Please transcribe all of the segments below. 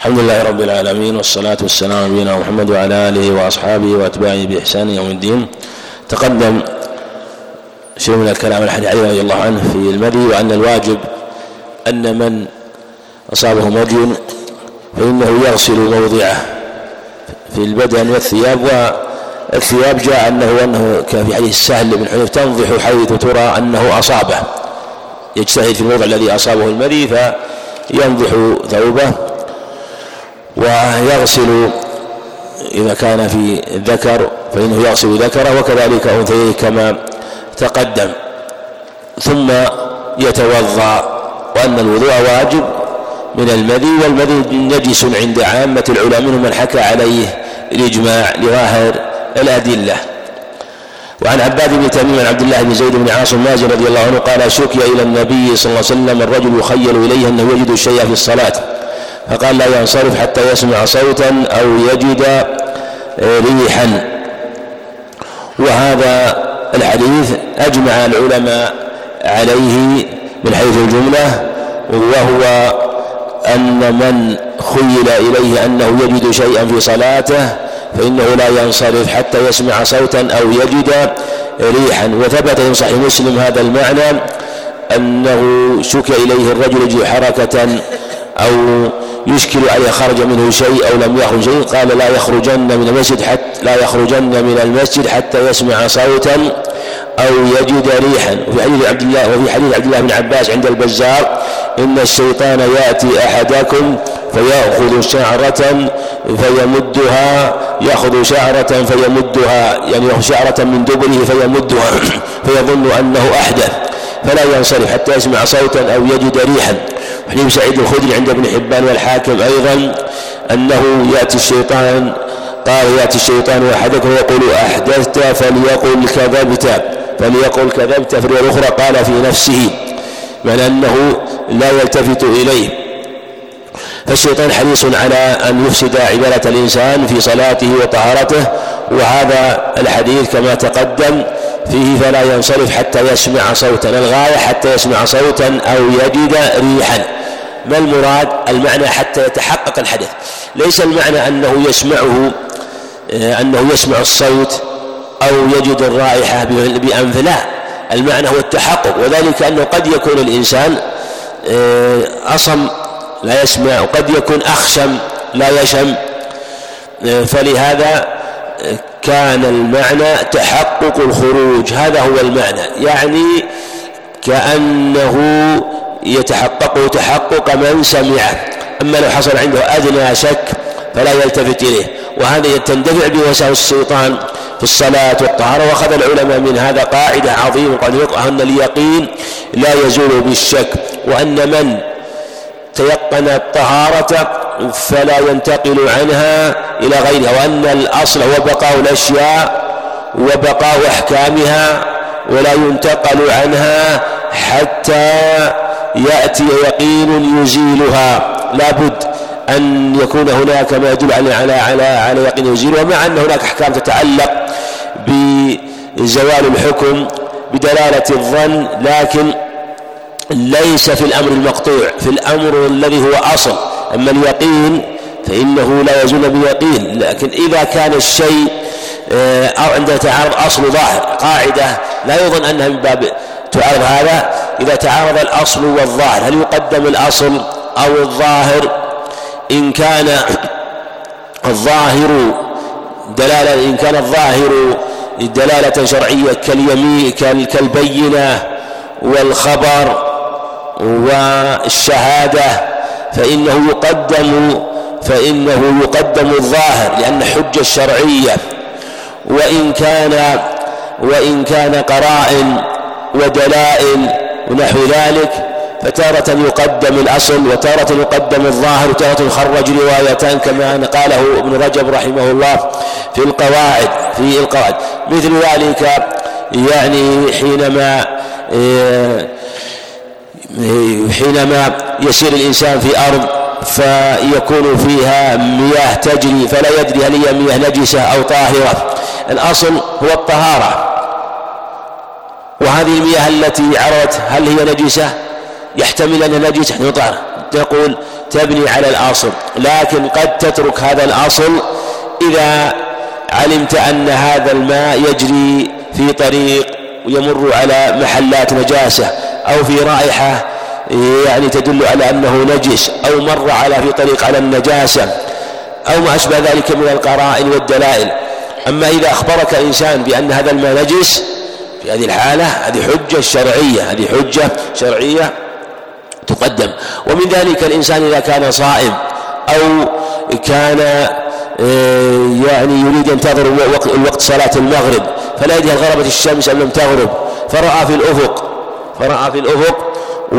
الحمد لله رب العالمين، والصلاة والسلام على نبينا محمد وعلى آله وأصحابه وأتباعه بإحسان يوم الدين. تقدم شيء من الكلام الحديث علي رضي الله عنه في المدي، وأن الواجب أن من أصابه مدي فإنه يغسل موضعه في البدن والثياب. والثياب جاء أنه كان في حديث سهل بن حنيف تنضح حيث ترى أنه أصابه، يجتهد في الموضع الذي أصابه المدي فينضح ثوبه، ويغسل إذا كان في الذكر فإنه يغسل ذكره، وكذلك أنثيه كما تقدم، ثم يتوضأ. وأن الوضوء واجب من المدي، والمدي نجس عند عامة العلماء، منهم من حكى عليه الإجماع لظاهر الأدلة. وعن عباد بن تميم عن عبد الله بن زيد بن عاصم مازن رضي الله عنه قال: شكي إلى النبي صلى الله عليه وسلم الرجل يخيل إليه أنه يجد الشيء في الصلاة، فقال: لا ينصرف حتى يسمع صوتا أو يجد ريحا. وهذا الحديث أجمع العلماء عليه من حيث الجملة، وهو أن من خيل إليه أنه يجد شيئا في صلاته فإنه لا ينصرف حتى يسمع صوتا أو يجد ريحا. وثبت في صحيح مسلم هذا المعنى، أنه شكى إليه الرجل يجد حركة أو يشكل عليه خرج منه شيء أو لم يخرج شيء، قال: لا يخرجن من المسجد حتى يسمع صوتا أو يجد ريحا. وفي حديث عبد الله بن عباس عند البزار: إن الشيطان يأتي أحدكم فيأخذ شعرة فيمدها، يعني شعرة من دبره فيمدها فيظن أنه أحدث، فلا ينصرف حتى يسمع صوتا أو يجد ريحا. حديث سعيد الخدري عند ابن حبان والحاكم أيضا أنه يأتي الشيطان أحدكم ويقول: أحدثت فليقل كذبت. في الرواية الأخرى قال: في نفسه، معنى أنه لا يلتفت إليه. فالشيطان حريص على أن يفسد عبادة الإنسان في صلاته وطهارته. وهذا الحديث كما تقدم فيه: فلا ينصرف حتى يسمع صوتا، الغاية حتى يسمع صوتا أو يجد ريحا. ما المراد؟ المعنى حتى يتحقق الحدث، ليس المعنى أنه يسمع الصوت أو يجد الرائحة بأنف، لا، المعنى هو التحقق. وذلك أنه قد يكون الإنسان أصم لا يسمع، وقد يكون أخشم لا يشم، فلهذا كان المعنى تحقق الخروج، هذا هو المعنى، يعني كأنه يتحقق تحقق من سمعه. أما لو حصل عنده أدنى شك فلا يلتفت إليه، وهذا تندفع بوساوس الشيطان في الصلاة والطهارة. وأخذ العلماء من هذا قاعدة عظيمة، أن اليقين لا يزول بالشك، وأن من تيقن الطهارة فلا ينتقل عنها إلى غيرها، وأن الأصل هو بقاء الأشياء وبقاء أحكامها، ولا ينتقل عنها حتى يأتي يقين يزيلها. لا بد أن يكون هناك ما يدل على يقين يزيلها، مع أن هناك أحكام تتعلق بزوال الحكم بدلالة الظن، لكن ليس في الأمر المقطوع، في الأمر الذي هو أصل. أما اليقين فإنه لا يزول بيقين، لكن إذا كان الشيء عند تعارض أصل ظاهر، قاعدة لا يظن أنها من باب تعارض هذا، إذا تعارض الأصل والظاهر هل يقدم الأصل أو الظاهر؟ إن كان الظاهر دلالة شرعية كالبينة والخبر والشهادة فإنه يقدم الظاهر لأن حجة الشرعية. وإن كان قرائن ودلائل ونحو ذلك فتارة يقدم الأصل وتارة يقدم الظاهر، وتارة يخرج روايتان كما قاله ابن رجب رحمه الله في القواعد. مثل ذلك يعني حينما يسير الإنسان في أرض فيكون فيها مياه تجري فلا يدري هل هي مياه نجسة أو طاهرة، الأصل هو الطهارة، وهذه المياه التي عرت هل هي نجسة يحتمل أن نجس طاهر، تقول تبني على الأصل، لكن قد تترك هذا الأصل إذا علمت أن هذا الماء يجري في طريق ويمر على محلات نجاسة، أو في رائحة يعني تدل على أنه نجس، أو مر في طريق على النجاسة، أو ما أشبه ذلك من القرائن والدلائل. أما إذا أخبرك إنسان بأن هذا الماء نجس، في هذه الحالة هذه حجة شرعية تقدم. ومن ذلك الإنسان إذا كان صائم أو كان يعني يريد أن ينتظر وقت صلاة المغرب، فلا يدري هل غربت الشمس أم لم تغرب، فرأى في الأفق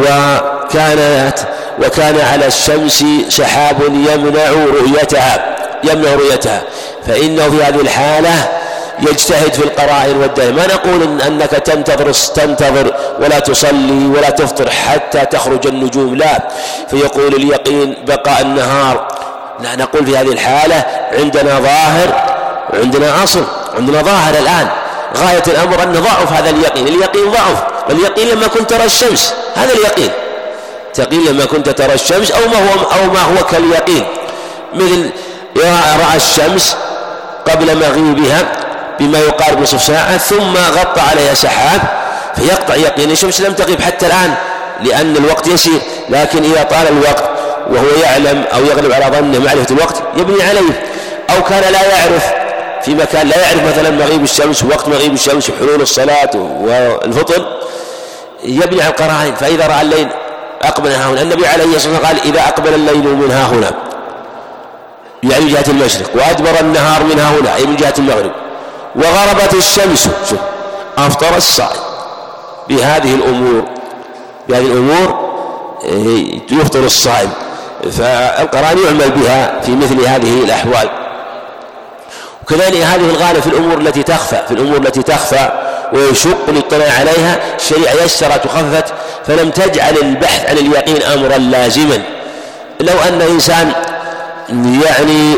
وكان على الشمس سحاب يمنع رؤيتها، فإنه في هذه الحالة يجتهد في القرائن والدلائل. ما نقول أنك تنتظر ولا تصلي ولا تفطر حتى تخرج النجوم، لا، فيقول اليقين بقاء النهار. لا، نقول في هذه الحالة عندنا ظاهر وعندنا أصل، عندنا ظاهر الآن، غاية الأمر أن ضعف هذا اليقين ضعف. واليقين لما كنت ترى الشمس، هذا اليقين تقين لما كنت ترى الشمس، أو ما هو كاليقين، مثل رأى الشمس قبل مغيبها بما يقارب نصف ساعة ثم غطى عليها سحاب، فيقطع يقين الشمس لم تغيب حتى الآن لأن الوقت يسير. لكن إذا طال الوقت وهو يعلم أو يغلب على ظنه معرفة الوقت يبني عليه، أو كان لا يعرف في مكان لا يعرف مثلا مغيب الشمس ووقت مغيب الشمس وحلول الصلاة والفطر، يبني على القرائن. فإذا رأى الليل أقبل ها هنا، النبي عليه الصلاة والسلام قال إذا أقبل الليل من ها هنا يعني من جهة المشرق، وأدبر النهار من ها هنا أي من جهة المغرب، وغربت الشمس، أفطر الصائم. بهذه الأمور يفطر الصائم. فالقرآن يعمل بها في مثل هذه الأحوال. وكذلك هذه الغالة في الأمور التي تخفى ويشق الاطلاع عليها، الشريعة يسرت وخففت، فلم تجعل البحث عن اليقين أمرا لازما. لو أن إنسان يعني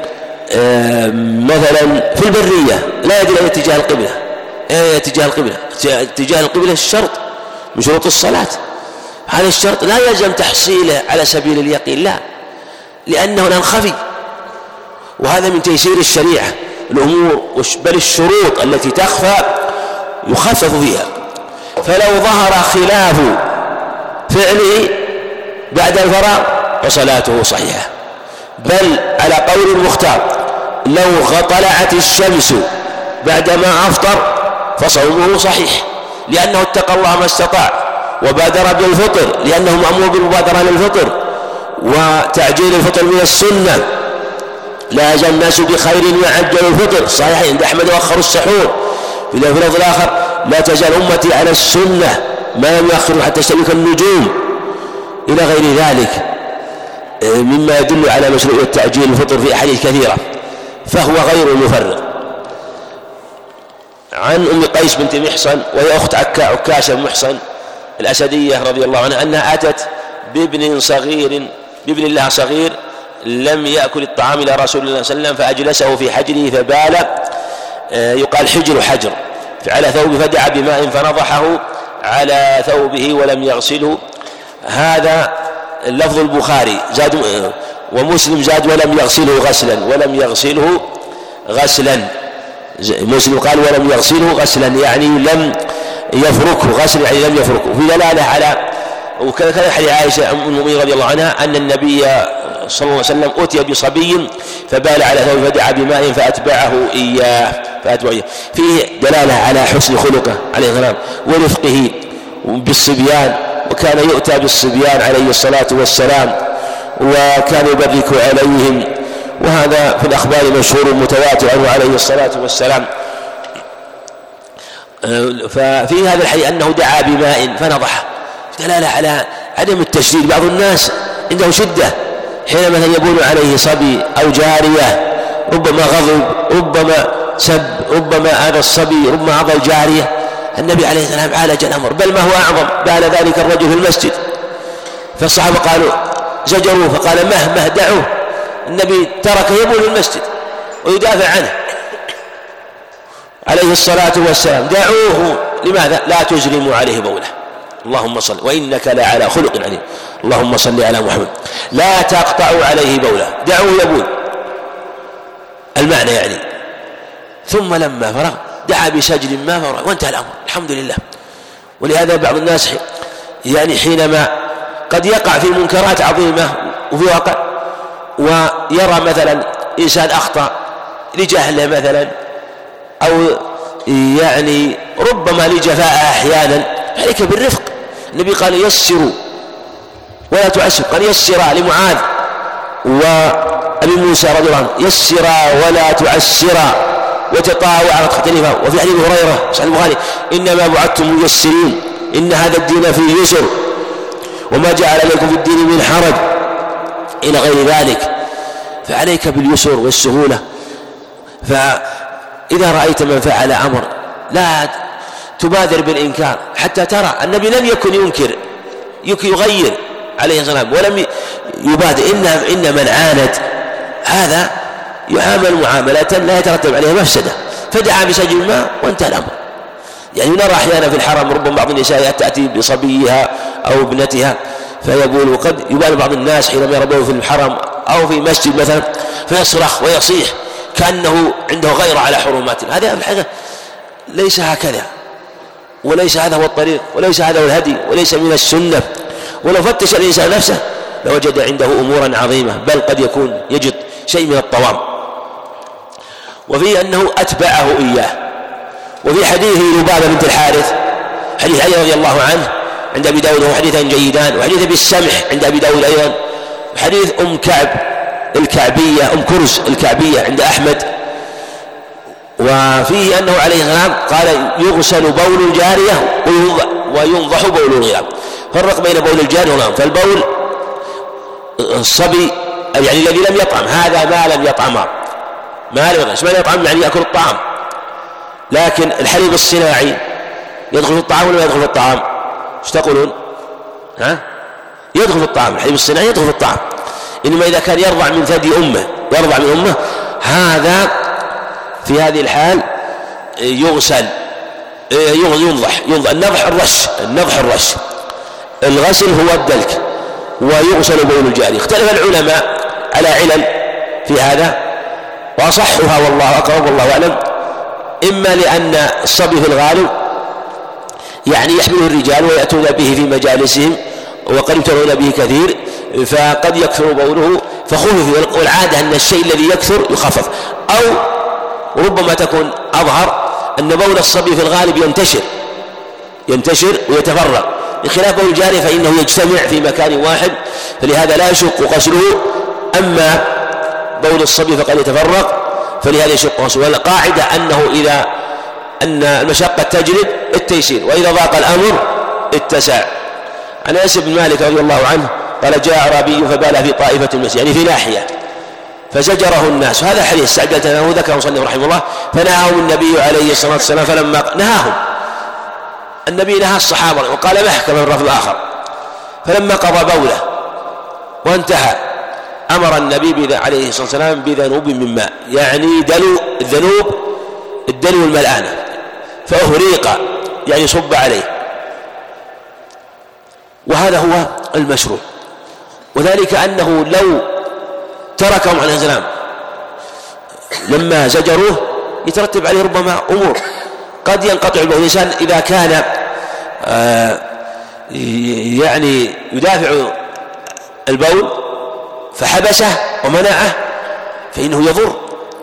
مثلا في البرية لا يدري اتجاه القبلة الشرط من شروط الصلاة، هذا الشرط لا يلزم تحصيله على سبيل اليقين، لا، لأنه الآن خفي، وهذا من تيسير الشريعة. الأمور بل الشروط التي تخفى يخفف فيها. فلو ظهر خلاف فعله بعد الفراغ فصلاته صحيحة، بل على قول المختار لو طلعت الشمس بعدما أفطر فصومه صحيح، لأنه اتقى الله ما استطاع، وبادر بالفطر لأنه مأمور بالمبادرة للفطر، وتعجيل الفطر من السنة. لا يزال الناس بخير وعجلوا الفطر، صحيح عند أحمد وأخروا السحور. في اللفظ الآخر لا تزال أمتي على السنة ما لم يؤخروا حتى تشتبك النجوم، إلى غير ذلك مما يدل على مشروعية تعجيل الفطر في أحاديث كثيرة، فهو غير مفرط. عن أم قيس بنت محصن وهي أخت عكاشة بن محصن الأسدية رضي الله عنها أنها أتت بابن لها صغير لم يأكل الطعام إلى رسول الله صلى الله عليه وسلم، فأجلسه في حجره فبال، يقال حجر على ثوبه، فدعا بماء فنضحه على ثوبه ولم يغسله. هذا لفظ البخاري، زاد ومسلم زاد ولم يغسله غسلا. مسلم قال ولم يغسله غسلا يعني لم يفركه، غسل يعني لم يفركه، في دلالة على. وكان حديث عائشة أم المؤمنين رضي الله عنها أن النبي صلى الله عليه وسلم أتي بصبي فبال على ثوبه فدعا بماء فأتبعه إياه. فيه دلالة على حسن خلقه عليه السلام ورفقه بالصبيان، وكان يؤتى بالصبيان عليه الصلاة والسلام وكان يبرك عليهم، وهذا في الأخبار مشهور متواتر عنه عليه الصلاة والسلام. ففي هذا الحديث أنه دعا بماء فنضح، دلالة على عدم التشديد. بعض الناس عنده شدة حينما يبول عليه صبي أو جارية، ربما غضب، ربما سب، ربما آذى الصبي، ربما آذى الجارية. النبي عليه السلام عالج الأمر، بل ما هو أعظم، بال ذلك الرجل في المسجد، فالصحابة قالوا زجروه فقال مهما دعوه. النبي ترك يبول في المسجد ويدافع عنه عليه الصلاة والسلام، دعوه. لماذا؟ لا تجرموا عليه بوله، اللهم صل وإنك لعلى خلق عليم اللهم صل على محمد. لا تقطعوا عليه بوله، دعوه يبول، المعنى يعني. ثم لما فرغ دعا بسجل ما فرغ وانتهى الأمر، الحمد لله. ولهذا بعض الناس يعني حينما قد يقع في منكرات عظيمة وفي واقع، ويرى مثلا إنسان أخطأ لجهله مثلا، أو يعني ربما لجفاء أحيانا، عليك بالرفق. النبي قال يسروا ولا تعسروا، قال يسرا لمعاذ وأبي موسى رضي الله عنه، يسرا ولا تعسرا وتطاوعا وتختلفا. وفي حديث هريرة صحيح البخاري إنما بعثتم ميسرين إن هذا الدين فيه يسر وما جعل عليكم في الدين من حرج إلى غير ذلك. فعليك باليسر والسهولة. فإذا رأيت من فعل أمر لا تبادر بالإنكار حتى ترى. النبي لم يكن ينكر، يغير عليه الصلاة والسلام ولم يبادر. إن من عاند هذا يعامل معاملة لا يترتب عليها مفسدة، فدعا بسجل الماء وانتهى الأمر. يعني نرى أحيانا في الحرم ربما بعض النساء تأتي بصبيها أو ابنتها فيقول، وقد يبال بعض الناس حينما يربوه في الحرم أو في مسجد مثلا فيصرخ ويصيح كأنه عنده غيرة على حرماتنا. هذا الحقيقة ليس هكذا، وليس هذا هو الطريق، وليس هذا هو الهدي، وليس من السنة. ولو فتش الإنسان نفسه لوجد عنده أمورا عظيمة، بل قد يجد شيء من الطوام. وفيه أنه أتبعه إياه. وفي حديث لبابة بنت الحارث حديث علي رضي الله عنه عند أبي داود وهو حديثان جيدان، وحديث أبي السمح عند أبي داود أيضا، وحديث أم كعب الكعبية أم كرز الكعبية عند أحمد. وفيه أنه عليه السلام قال يغسل بول الجارية وينضح بول الغلام. فرق بين بول الجارية والغلام. فالبول الصبي يعني الذي لم يطعم، هذا ما لم يطعم، ما يطعم يعني يأكل الطعام. لكن الحليب الصناعي يدخل في الطعام ولا يدخل في الطعام؟ ايش تقولون؟ يدخل في الطعام. الحليب الصناعي يدخل في الطعام. إنما إذا كان يرضع من ثدي أمه، يرضع من أمه، هذا في هذه الحال يغسل، ينضح. النضح الرش. الغسل هو الدلك، ويغسل بول الجاري. اختلف العلماء على علل في هذا، وأصحها والله أقرب والله أعلم، إما لأن الصبي في الغالب يعني يحمله الرجال ويأتون به في مجالسهم وقد يبتلون به كثير، فقد يكثر بوله فخفف. والعادة أن الشيء الذي يكثر يخفف. أو ربما تكون أظهر أن بول الصبي في الغالب ينتشر ويتفرق، بخلاف بول الجاري فإنه يجتمع في مكان واحد، فلهذا لا يشق غسله. أما بول الصبي فقد يتفرق، فلهذا يشق غسله. والقاعدة أن المشقة تجلب التيسير، وإذا ضاق الأمر اتسع. عن أنس بن مالك رضي الله عنه قال جاء أعرابي فبال في طائفة المسجد، يعني في ناحية، فزجره الناس. وهذا حديث استعجلته ذكره المصنف رحمه الله. فنهاهم النبي عليه الصلاة والسلام، فلما نهاهم النبي نهى الصحابة وقال محكم الرفض الآخر. فلما قضى بوله وانتهى أمر النبي عليه الصلاة والسلام بذنوب من ماء، يعني الذنوب الدلو الملآنة، فأهريق يعني صب عليه. وهذا هو المشروع. وذلك أنه لو تركهم عليه السلام لما زجروه يترتب عليه ربما أمور. قد ينقطع البول. الإنسان إذا كان يعني يدافع البول فحبسه ومنعه فإنه يضر.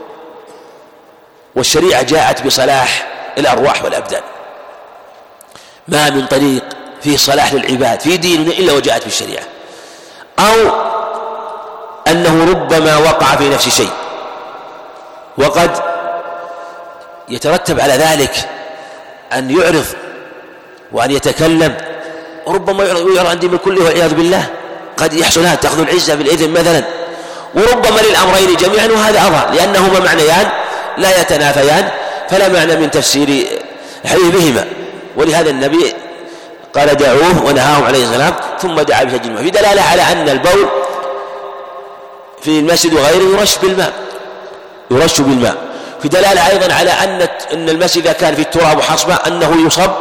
والشريعة جاءت بصلاح الأرواح والأبدان. ما من طريق فيه صلاح للعباد في ديننا إلا وجاءت بالشريعة. أو أنه ربما وقع في نفس شيء وقد يترتب على ذلك أن يعرض وأن يتكلم، وربما يعرض عن دين كله والعياذ بالله. قد يحصل هذا، تأخذ العزة بالإذن مثلا. وربما للأمرين جميعا، وهذا أظهر لأنهما معنيان لا يتنافيان، فلا معنى من تفسير الحديث بهما. ولهذا النبي قال دعوه ونهاهم عليه السلام ثم دعا بسجل الماء، في دلالة على أن البول في المسجد وغيره يرش بالماء. في دلالة أيضا على أن المسجد إذا كان في التراب وحصبة أنه يصب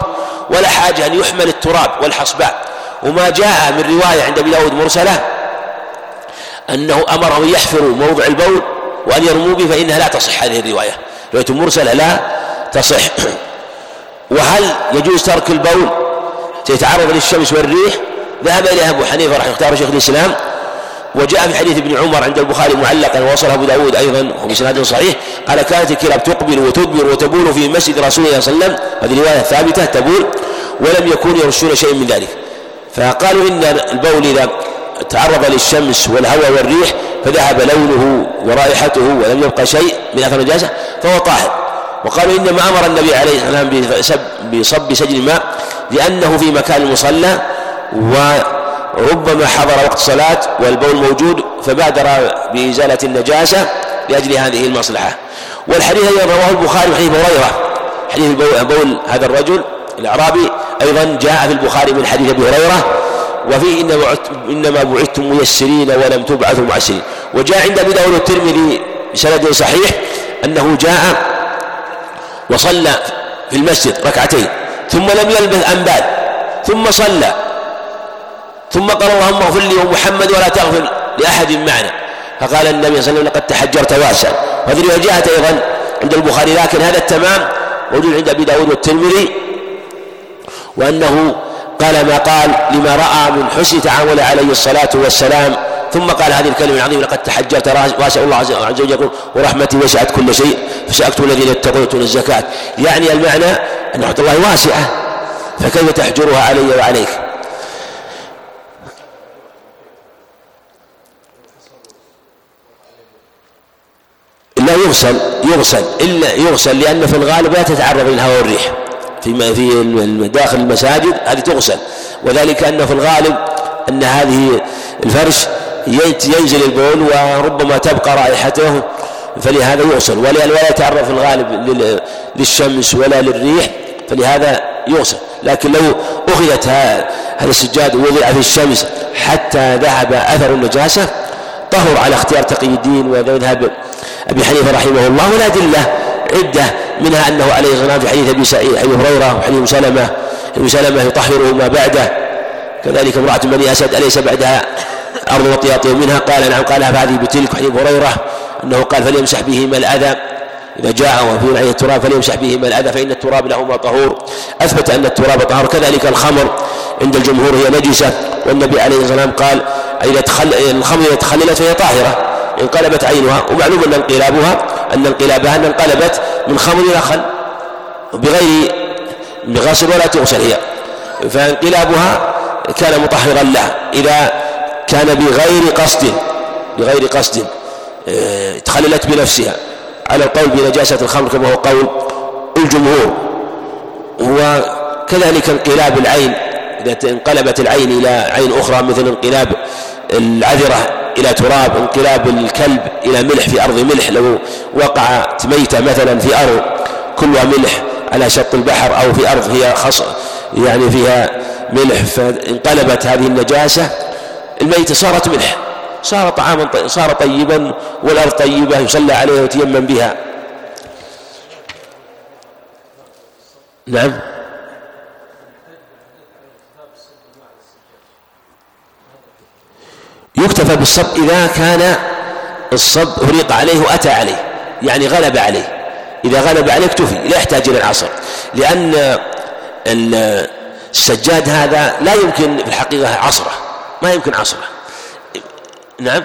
ولا حاجة أن يحمل التراب والحصباء. وما جاء من رواية عند أبي داود مرسلة أنه أمرهم يحفروا موضع البول وأن يرموا به، فإنها لا تصح هذه الرواية، رواية مرسلة لا تصح. وهل يجوز ترك البول يتعرض للشمس والريح؟ ذهب إليها أبو حنيفة رحمه اختار شيخ الإسلام، وجاء في حديث ابن عمر عند البخاري معلقا ووصله أبو داود أيضا وبسناد صحيح، قال كانت الكلاب تقبل وتدبر وتبول في مسجد رسول الله صلى الله عليه وسلم، هذه رواية ثابتة تبول، ولم يكونوا يرشون شيء من ذلك. فقالوا إن البول إذا تعرض للشمس والهواء والريح فذهب لونه ورائحته ولم يبقى شيء من أثر النجاسة فهو طاهر. وقالوا إنما أمر النبي عليه الصلاة والسلام بصب سجل الماء لأنه في مكان المصلى وربما حضر وقت الصلاة والبول موجود فبادر بإزالة النجاسة لأجل هذه المصلحة. والحديث أيضا رواه البخاري حديث هريرة، حديث بول هذا الرجل الأعرابي أيضا جاء في البخاري من حديث أبي هريرة، وفيه إنما بعثتم ميسرين ولم تبعثوا معسرين. وجاء عند أبي داود الترمذي بسند صحيح أنه جاء وصلى في المسجد ركعتين ثم لم يلبث أن بال ثم صلى ثم قال اللهم اغفر لي ومحمد ولا تغفر لأحد معنا، فقال النبي صلى الله عليه وسلم لقد تحجرت واسعا. وهذه الرواية جاءت أيضا عند البخاري، لكن هذا التمام موجود عند أبي داود والترمذي، وأنه قال ما قال لما رأى من حسن تعامل عليه الصلاة والسلام، ثم قال هذه الكلمة العظيمة لقد تحجرت واسع الله عز وجل ورحمتي وسعت كل شيء فسأكتب الذين اتقوا الزكاة. يعني المعنى أن رحمة الله واسعة فكيف تحجرها علي وعليك؟ لا يغسل لأن في الغالب لا تتعرض للهواء والريح في داخل المساجد، هذه تغسل، وذلك أنه في الغالب أن هذه الفرش ينزل البول وربما تبقى رائحته، فلهذا يغسل، ولا يتعرض في الغالب للشمس ولا للريح، فلهذا يغسل. لكن لو أخذت هذا السجاد ووضع في الشمس حتى ذهب أثر النجاسة طهر على اختيار تقي الدين وذهب أبي حنيفة رحمه الله. ولا أدلة عدة، منها أنه عليه الصلاة والسلام في حديث أبي هريرة وحديث سلمة يطهره ما بعده، كذلك امرأة بني أسد أليس بعدها أرض وطياطير منها؟ قال نعم، قال فهذه بتلك. حديث هريرة أنه قال فليمسح بهما الأذى إذا جاء وفي عين التراب فليمسح بهما الأذى فإن التراب لهما طهور، أثبت أن التراب طهور. كذلك الخمر عند الجمهور هي نجسة، والنبي عليه الصلاة والسلام قال الخمر إذا تخللت فهي طاهرة انقلبت عينها. ومعلوم أن انقلابها انقلبت من خمر إلى خل بغير غسل ولا تغسل هي، فانقلابها كان مطهرا لها إذا كان بغير قصد تخللت بنفسها، على القول بنجاسة الخمر كما هو قول الجمهور. وكذلك انقلاب العين إذا انقلبت العين إلى عين أخرى، مثل انقلاب العذرة إلى تراب، انقلاب الكلب إلى ملح في أرض ملح، لو وقعت ميتة مثلا في أرض كلها ملح على شط البحر أو في أرض هي يعني فيها ملح، فانقلبت هذه النجاسة الميتة صارت ملح، صار طعاما صار طيبا، والأرض طيبة يصلى عليها ويتيمم بها. نعم. يكتفى بالصب إذا كان الصب أريق عليه وأتى عليه، يعني غلب عليه، إذا غلب عليه اكتفي لا يحتاج إلى العصر، لأن السجاد هذا لا يمكن في الحقيقة عصره، ما يمكن عصره. نعم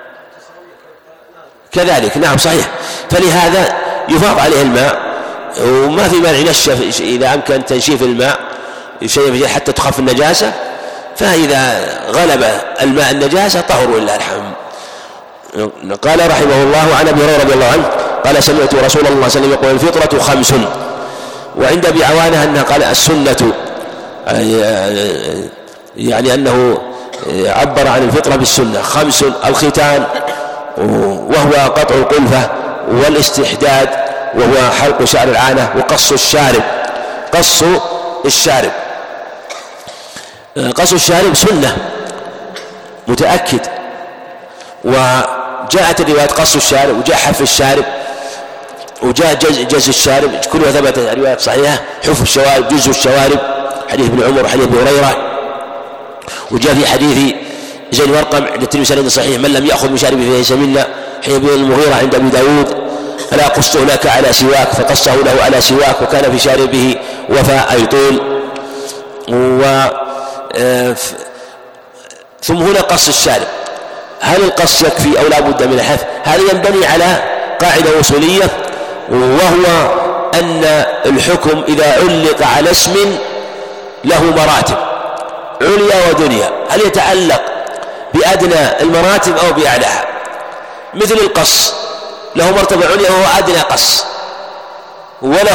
كذلك، نعم صحيح، فلهذا يفاض عليه الماء، وما في مانع ينشف إذا أمكن تنشيف الماء شيء حتى تخف النجاسة، فإذا غلب الماء النجاسة طهر لله الحمد. قال رحمه الله عن أبي هريرة رضي الله عنه قال سمعت رسول الله صلى الله عليه وسلم يقول الفطرة 5. وعند أبي عوانة أنه قال السنة، يعني أنه عبر عن الفطرة بالسنة 5: الختان وهو قطع القلفة، والاستحداد وهو حلق شعر العانة، وقص الشارب. قص الشارب سنة متأكد، وجاءت الرواية قص الشارب، وجاء حف الشارب، وجاء جز الشارب، كلها ثبتت روايات صحيحة. حف الشوارب، جز الشوارب، حديث ابن عمر وحديث ابي هريرة. وجاء في حديث زيد بن أرقم عند الترمذي سند صحيح: من لم يأخذ من شاربه فليس منا. حديث ابن المغيرة عند أبي داود: ألا قصته لك على سواك، فقصه له على سواك، وكان في شاربه وفاء أي طول. ثم هنا قص الشارب، هل القص يكفي أو لا بد من الحث؟ هذا ينبني على قاعدة أصولية، وهو أن الحكم إذا علق على اسم له مراتب عليا ودنيا، هل يتعلق بأدنى المراتب أو بأعلاها؟ مثل القص له مرتبة عليا وهو أدنى قص، وله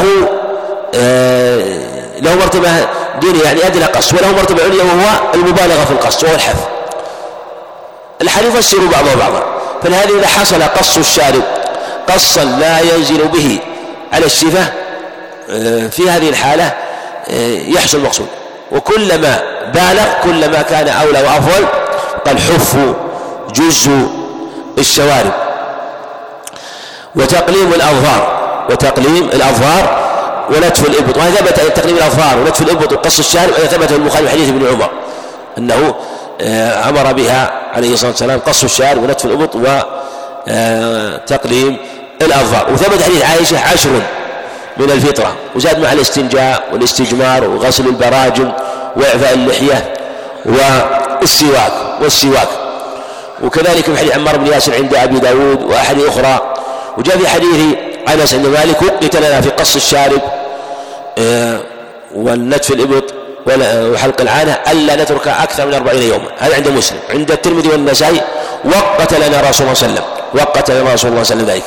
له مرتبة دنيا يعني أدنى قص، وله مرتبة عليا وهو المبالغة في القص وهو الحث. الحديث يفسر بعضه بعضا. فلهذا إذا حصل قص الشارب قصا لا ينزل به على الصفة، في هذه الحالة يحصل المقصود. وكلما بالغ كلما كان أولى وأفضل. قال: حف جزء الشوارب وتقليم الأظفار ونتف الإبط. وهذا ثبت تقليم الأظفار ونتف الإبط وقص الشارب، هذا ثبت في البخاري حديث ابن عمر أنه أمر بها عليه الصلاة والسلام: قص الشارب ونتف الإبط وتقليم الأظفار. وثبت حديث عائشة: 10 من الفطرة، وزاد مع الاستنجاء والاستجمار وغسل البراجم وإعفاء اللحية والسواك. وكذلك في حديث عمار بن ياسر عند أبي داود وأحد أخرى. وجاء في حديث أنس عند مالك: وقت لنا في قص الشارب والنتف الإبط وحلق العانة ألا نترك أكثر من 40 يوما. هذا عند مسلم. عند الترمذي والنسائي: وقت لنا رسول الله صلى الله عليه وسلم ذلك،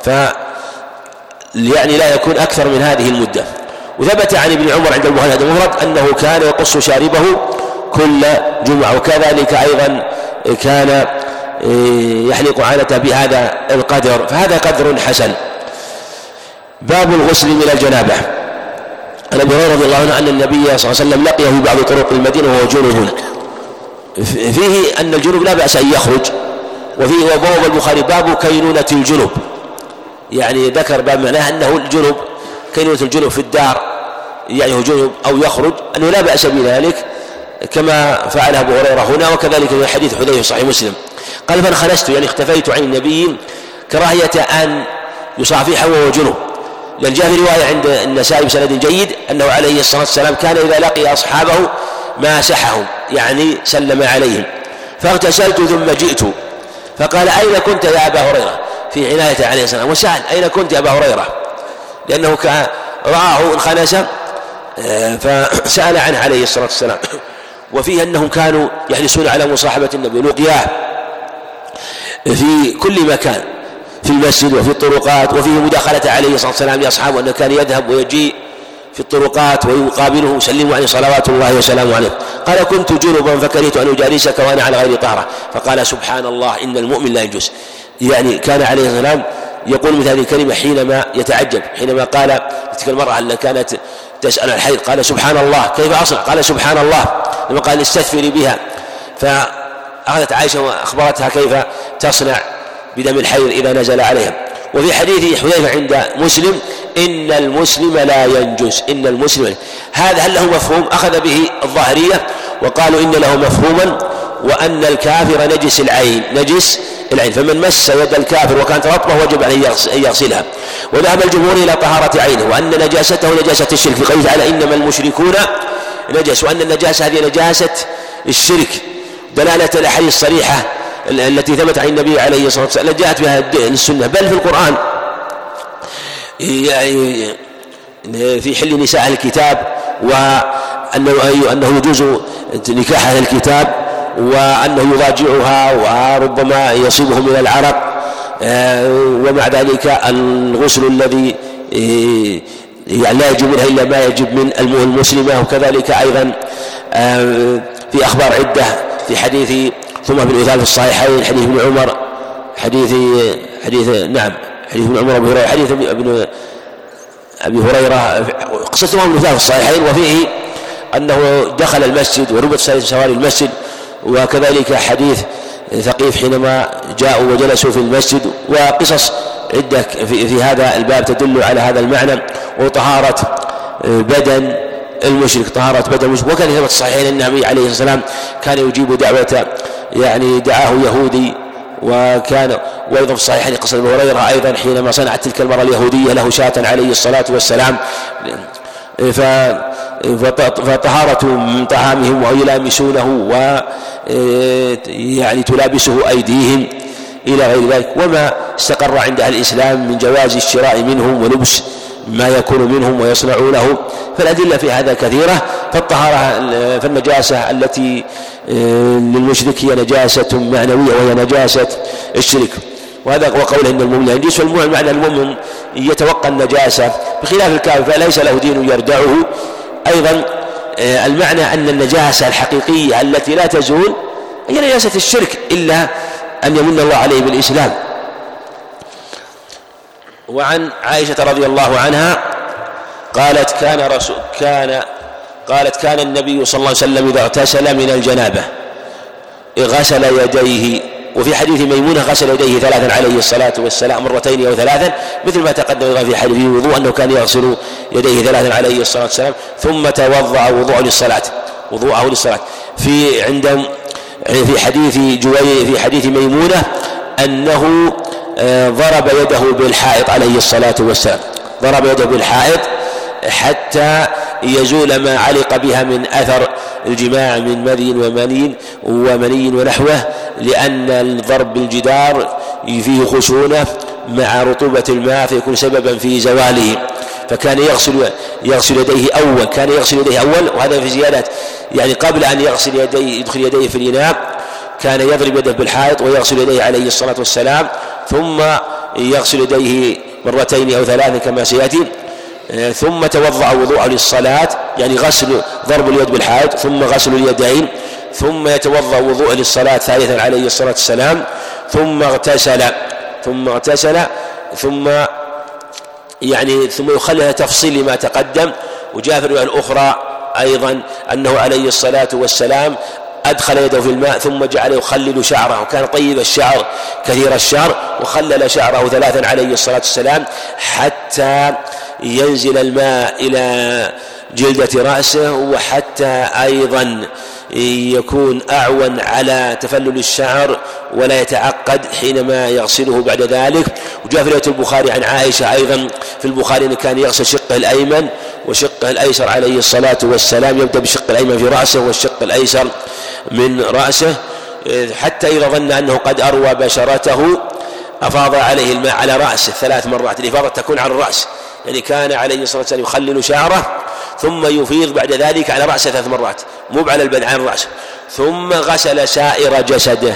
يعني لا يكون أكثر من هذه المدة. وثبت عن ابن عمر عند البخاري هذا المفرد أنه كان يقص شاربه كل جمعة، وكذلك أيضا كان يحلق عانته بهذا القدر، فهذا قدر حسن. باب الغسل من الجنابة. عن ابي هريرة رضي الله عنه أن النبي صلى الله عليه وسلم لقيه في بعض طرق المدينة وهو جنب، فيه أن الجنوب لا بأس أن يخرج. وفيه وبواب البخاري: باب كينونة الجنوب، يعني ذكر باب معناه أنه الجنوب كينونة الجنوب في الدار، يعني هو جنوب أو يخرج، أنه لا بأس بذلك كما فعل أبو هريرة هنا. وكذلك في حديث حذيفة صحيح مسلم قال: فانخنست يعني اختفيت عن النبي كراهية أن يصافحه وهو جنوب، لأن جاء في رواية عند النسائي بسند جيد أنه عليه الصلاة والسلام كان إذا لقي أصحابه ماسحهم، يعني سلم عليهم. فاغتسلت ثم جئت فقال: أين كنت يا أبا هريرة؟ في عناية عليه السلام، وسأل: أين كنت يا أبا هريرة؟ لأنه رآه انخنس فسأل عنه عليه الصلاة والسلام. وفيه أنهم كانوا يحرصون على مصاحبة النبي، لقياه في كل مكان، في المسجد وفي الطرقات. وفيه مداخلة عليه الصلاة والسلام لأصحابه أنه كان يذهب ويجيء في الطرقات ويقابله ويسلم عليه صلوات الله وسلامه عليه. قال: كنت جنبا فكرهت أن أجالسك وأنا على غير طهرة. فقال: سبحان الله إن المؤمن لا ينجس. يعني كان عليه السلام يقول مثل هذه الكلمة حينما يتعجب، حينما قال تلك المرأة التي كانت تسأل عن الحيض قال: سبحان الله كيف أصنع؟ قال: سبحان الله. لما قال: استثفري بها، فأخذت عائشة وأخبرتها كيف تصنع بدم الحيض إذا نزل عليها. وفي حديث حذيفة عند مسلم: إن المسلم لا ينجس، إن المسلم. هذا هل له مفهوم؟ أخذ به الظاهرية وقالوا إن له مفهوما، وأن الكافر نجس العين، فمن مس يد الكافر وكانت رطبة وجب عليه أن يغسلها. وذهب الجمهور إلى طهارة عينه، وأن نجاسته نجاسة الشرك، في قوله تعالى: إنما المشركون نجس، وأن النجاسة هذه نجاسة الشرك، دلالة الأحاديث الصريحة التي ثبت عن النبي عليه الصلاة والسلام جاءت بها السنة، بل في القرآن يعني في حل نساء أهل الكتاب، وأنه يجوز نكاح أهل الكتاب، وأنه يضاجعها وربما يصيبه من العرق، ومع ذلك الغسل الذي يعني لا يجب منها إلا ما يجب من المسلمة. وكذلك أيضا في أخبار عدة في حديث ثم بن عثال في الصحيحين، حديث ابن عمر، حديث ابن عمر وابي هريرة، حديث أبي هريرة، قصة ثم بن عثال في الصحيحين، وفيه أنه دخل المسجد وربط سواري المسجد. وكذلك حديث ثقيف حينما جاءوا وجلسوا في المسجد، وقصص عدة في هذا الباب تدل على هذا المعنى. وطهارة بدن المشرك، طهارة بدن المشرك. وكان ثبت الصحيحين أن النبي عليه الصلاة والسلام كان يجيب دعوة يعني دعاه يهودي، وأيضا في الصحيحين قصة أبي هريرة أيضا حينما صنعت تلك المرأة اليهودية له شاة عليه الصلاة والسلام، فطهارة من طعامهم ويلامسونه ويعني تلابسه أيديهم إلى غير ذلك. وما استقر عند أهل الإسلام من جواز الشراء منهم ولبس ما يكون منهم ويصنعونه، فالأدلة في هذا كثيرة. فالنجاسة التي للمشرك هي نجاسة معنوية وهي نجاسة الشرك، وهذا وقوله إن المؤمن ينجس، والمؤمن معنى المؤمن يتوقع النجاسة بخلاف الكافر فليس له دين يردعه. أيضا المعنى أن النجاسة الحقيقية التي لا تزول هي نجاسة الشرك إلا أن يمن الله عليه بالإسلام. وعن عائشة رضي الله عنها قالت كان النبي صلى الله عليه وسلم إذا اغتسل من الجنابة غسل يديه، وفي حديث ميمونة غسل يديه 3 عليه الصلاة والسلام، 2 أو 3 مثل ما تقدم في حديث الوضوء أنه كان يغسل يديه 3 عليه الصلاة والسلام، ثم توضأ وضوءه للصلاة. في حديث ميمونة أنه ضرب يده بالحائط عليه الصلاة والسلام، ضرب يده بالحائط حتى يزول ما علق بها من أثر الجماع من مذي ونحوه، لأن الضرب بالجدار فيه خشونة مع رطوبة الماء فيكون سببا في زواله، فكان يغسل يديه أول، وهذا في زيادات يعني قبل أن يدخل يديه في الإناء كان يضرب يده بالحائط ويغسل يديه عليه الصلاة والسلام، ثم يغسل يديه 2 أو 3 كما سيأتي، ثم توضأ وضوءه للصلاة، يعني ضرب اليد بالحائط ثم غسل اليدين، ثم يتوضأ وضوءه للصلاة ثالثا عليه الصلاة والسلام، ثم اغتسل ثم يخلل تفصيل ما تقدم. وجاء في الرواية الأخرى أيضا أنه عليه الصلاة والسلام أدخل يده في الماء ثم جعل يخلل شعره، وكان طيب الشعر كثير الشعر، وخلل شعره 3 عليه الصلاة والسلام حتى ينزل الماء إلى جلدة رأسه، وحتى أيضا يكون أعون على تفلل الشعر ولا يتعقد حينما يغسله بعد ذلك. وجاء في رواية البخاري عن عائشة أيضا في البخاري أنه كان يغسل شقه الأيمن وشقه الأيسر عليه الصلاة والسلام، يبدأ بالشق الأيمن في رأسه والشق الأيسر من رأسه، حتى إذا ظن أنه قد أروى بشرته أفاض عليه الماء على رأسه 3 مرات، الإفاضة تكون على الرأس، يعني كان عليه الصلاة والسلام يخلل شعره ثم يفيض بعد ذلك على رأسه 3 مرات، مو على البدن، على الرأس، ثم غسل سائر جسده.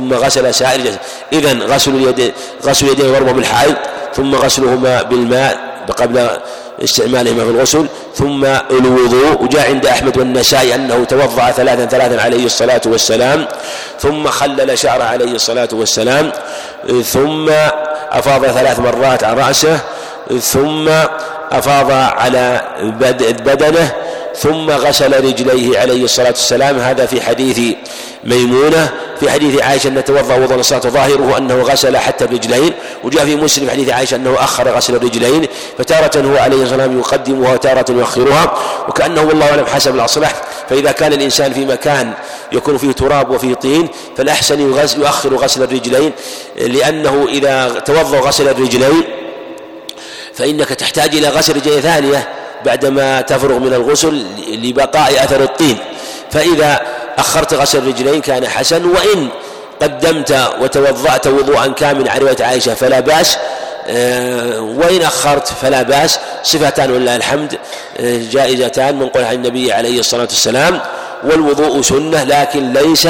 إذن غسل اليدين ضربه بالحائط، ثم غسلهما بالماء قبل استعمالهما في الغسل، ثم الوضوء. وجاء عند أحمد والنسائي أنه توضأ 3 عليه الصلاة والسلام، ثم خلل شعره عليه الصلاة والسلام، ثم أفاض 3 مرات على رأسه، ثم أفاض على بدنه، ثم غسل رجليه عليه الصلاة والسلام. هذا في حديث ميمونة. في حديث عائشة أنه توضأ وضوء الصلاة ظاهره أنه غسل حتى الرجلين. وجاء في مسلم في حديث عائشة أنه أخر غسل الرجلين، فتارة هو عليه السلام يقدمها وتارة يؤخرها، وكأنه والله أعلم حسب الأصلح. فإذا كان الإنسان في مكان يكون فيه تراب وفيه طين فالأحسن يؤخر غسل الرجلين، لأنه إذا توضأ غسل الرجلين فإنك تحتاج إلى غسل رجلين ثانية بعدما تفرغ من الغسل لبقاء أثر الطين، فإذا أخرت غسل الرجلين كان حسن، وإن قدمت وتوضأت وضوءا كاملا على رواية عائشة فلا بأس، وإن أخرت فلا بأس. صفتان ولله الحمد جائزتان من قول عن النبي عليه الصلاة والسلام. والوضوء سنة لكن ليس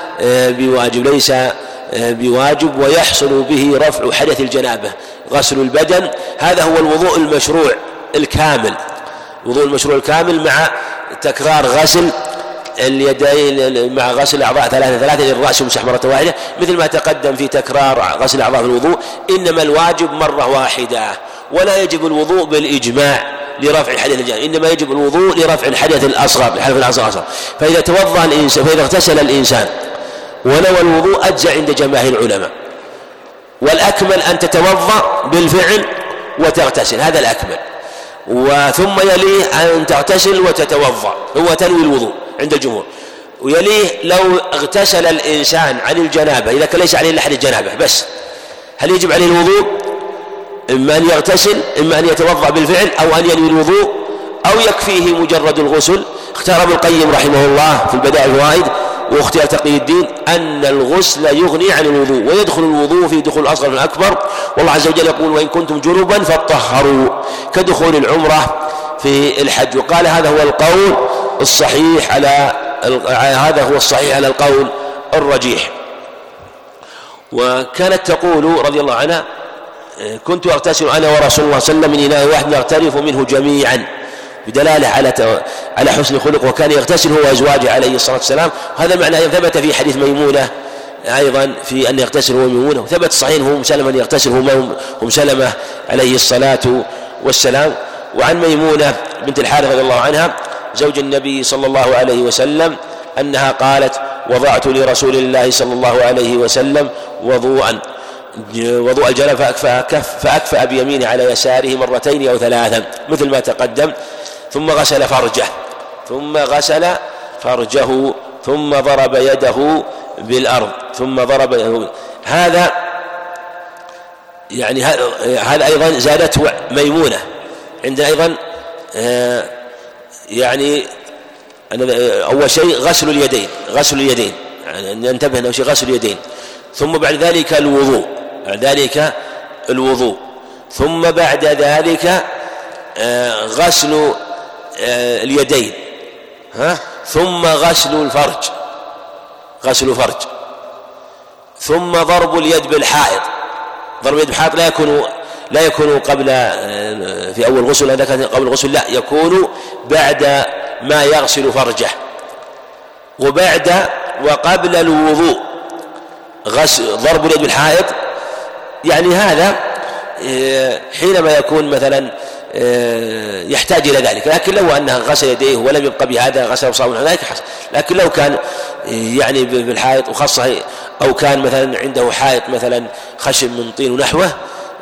بواجب، ويحصل به رفع حدث الجنابة. غسل البدن هذا هو الوضوء المشروع الكامل، الوضوء المشروع الكامل مع تكرار غسل اليدين، مع غسل الأعضاء 3 للرأس ومسح مرة واحدة، مثل ما تقدم في تكرار غسل الأعضاء في الوضوء. إنما الواجب مرة واحدة، ولا يجب الوضوء بالإجماع لرفع الحدث الجانب، إنما يجب الوضوء لرفع الحدث الأصغر. فإذا توضأ الإنسان، فإذا اغتسل الإنسان ونوى الوضوء أجزأ عند جماهير العلماء، والأكمل أن تتوضأ بالفعل وتغتسل، هذا الأكمل. ثم يليه أن تغتسل وتتوضأ، هو تنوي الوضوء عند الجمهور. ويليه لو اغتسل الإنسان عن الجنابة، إذا كان ليس عليه إلا حدث الجنابة بس، هل يجب عليه الوضوء؟ إما أن يغتسل، إما أن يتوضأ بالفعل، أو أن ينوي الوضوء، أو يكفيه مجرد الغسل. اختار ابن القيم رحمه الله في البدائع الفوائد واختيار تقي الدين أن الغسل يغني عن الوضوء، ويدخل الوضوء في دخول الأصغر والأكبر. والله عز وجل يقول: وإن كنتم جنبا فطهروا، كدخول العمرة في الحج. وقال هذا هو القول الصحيح على القول الرجيح. وكانت تقول رضي الله عنها: كنت أغتسل أنا ورسول الله صلى الله عليه وسلم من إناء واحد نغترف منه جميعا، بدلالة على حسن الخلق. وكان يغتسل هو وأزواجه عليه الصلاة والسلام. هذا معنى ثبت في حديث ميمونة أيضا في أن يغتسل هو ميمونة، وثبت صحيح هو سلمة أن يغتسل هم سلمة عليه الصلاة والسلام. وعن ميمونة بنت الحارث رضي الله عنها زوج النبي صلى الله عليه وسلم أنها قالت: وضعت لرسول الله صلى الله عليه وسلم وضوء الجنابة فأكفأ بيمينه على يساره مرتين أو ثلاثا مثل ما تقدم، ثم غسل فرجه ثم ضرب يده بالأرض ثم ضرب يده. هذا يعني هذا أيضا زادته ميمونة. عندنا أيضا يعني أول شيء غسل اليدين يعني ننتبه أنه شيء غسل اليدين، ثم بعد ذلك الوضوء، ثم بعد ذلك غسل اليدين، ثم غسل الفرج، ثم ضرب اليد بالحائط. ضرب اليد بالحائط لا يكون قبل في أول غسل، هذا كان قبل الغسل، لا، يكون بعد ما يغسل فرجه. وقبل الوضوء ضرب اليد بالحائط، يعني هذا حينما يكون مثلا يحتاج إلى ذلك. لكن لو أنه غسل يديه ولم يبقى بهذا غسل بصابون ذلك حسن. لكن لو كان يعني بالحائط، وخاصة أو كان مثلا عنده حائط مثلا خشب من طين ونحوه،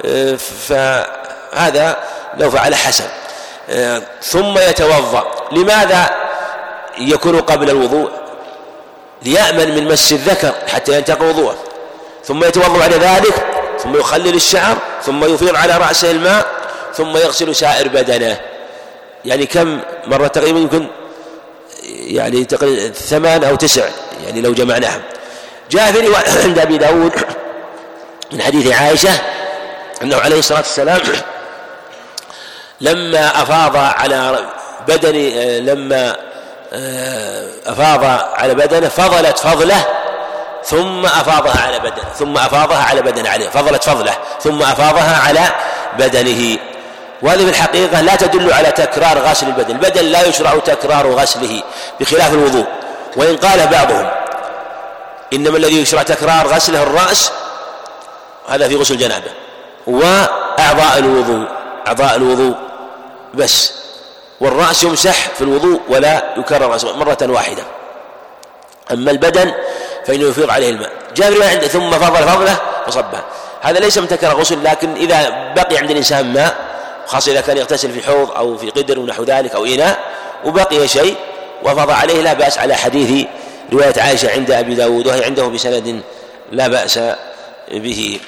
فهذا لو فعل حسن. ثم يتوضأ. لماذا يكون قبل الوضوء؟ ليأمن من مس الذكر حتى ينتقض وضوءه. ثم يتوضأ بعد ذلك، ثم يخلل الشعر، ثم يفيض على رأسه الماء، ثم يغسل سائر بدنه. يعني كم مرة تقريبا؟ يمكن يعني تقريبا 8 أو 9 يعني لو جمعناها. جاء في رواية عند أبي داود من حديث عائشة أنه عليه الصلاة والسلام لما أفاض على بدنه فضلت فضله ثم أفاضها على بدنه فضلت فضله ثم أفاضها على بدنه. وهذه في الحقيقة لا تدل على تكرار غسل البدن لا يشرع تكرار غسله بخلاف الوضوء. وإن قال بعضهم إنما الذي يشرع تكرار غسله الرأس، هذا في غسل الجنابة، وأعضاء الوضوء بس، والرأس يمسح في الوضوء ولا يكرر غسله مرة واحدة. أما البدن فإنه يفيض عليه الماء. جاء ثم فضله فصبه. هذا ليس من تكرار غسل، لكن إذا بقي عند الإنسان ماء، خاصة إذا كان يغتسل في حوض أو في قدر ونحو ذلك أو إناء وبقي شيء وفض عليه، لا بأس، على حديث رواية عائشة عند أبي داود وهي عنده بسند لا بأس به.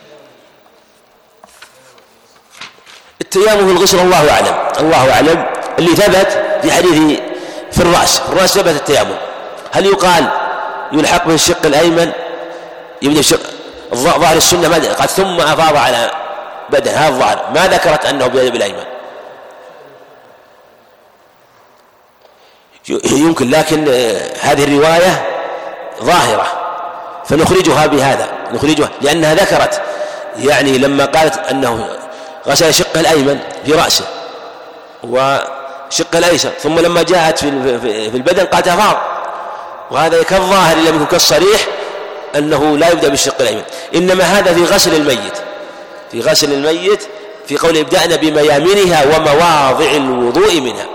التيامن في الغسل الله أعلم. اللي ثبت في حديث في الرأس ثبت التيامن. هل يقال يلحق به الشق الأيمن، يبدأ الشق ظاهر السنة ما قال ثم أفاض على بدن، هذا الظاهر، ما ذكرت أنه بيد بالأيمن. يمكن، لكن هذه الرواية ظاهرة فنخرجها بهذا، لأنها ذكرت يعني لما قالت أنه غسل شقه الأيمن في رأسه وشقه الأيسر، ثم لما جاءت في البدن قالت أفاض، وهذا كالظاهر لم يكن كالصريح أنه لا يبدأ بالشق الأيمن. إنما هذا في غسل الميت في قول ابدأنا بميامنها ومواضع الوضوء منها،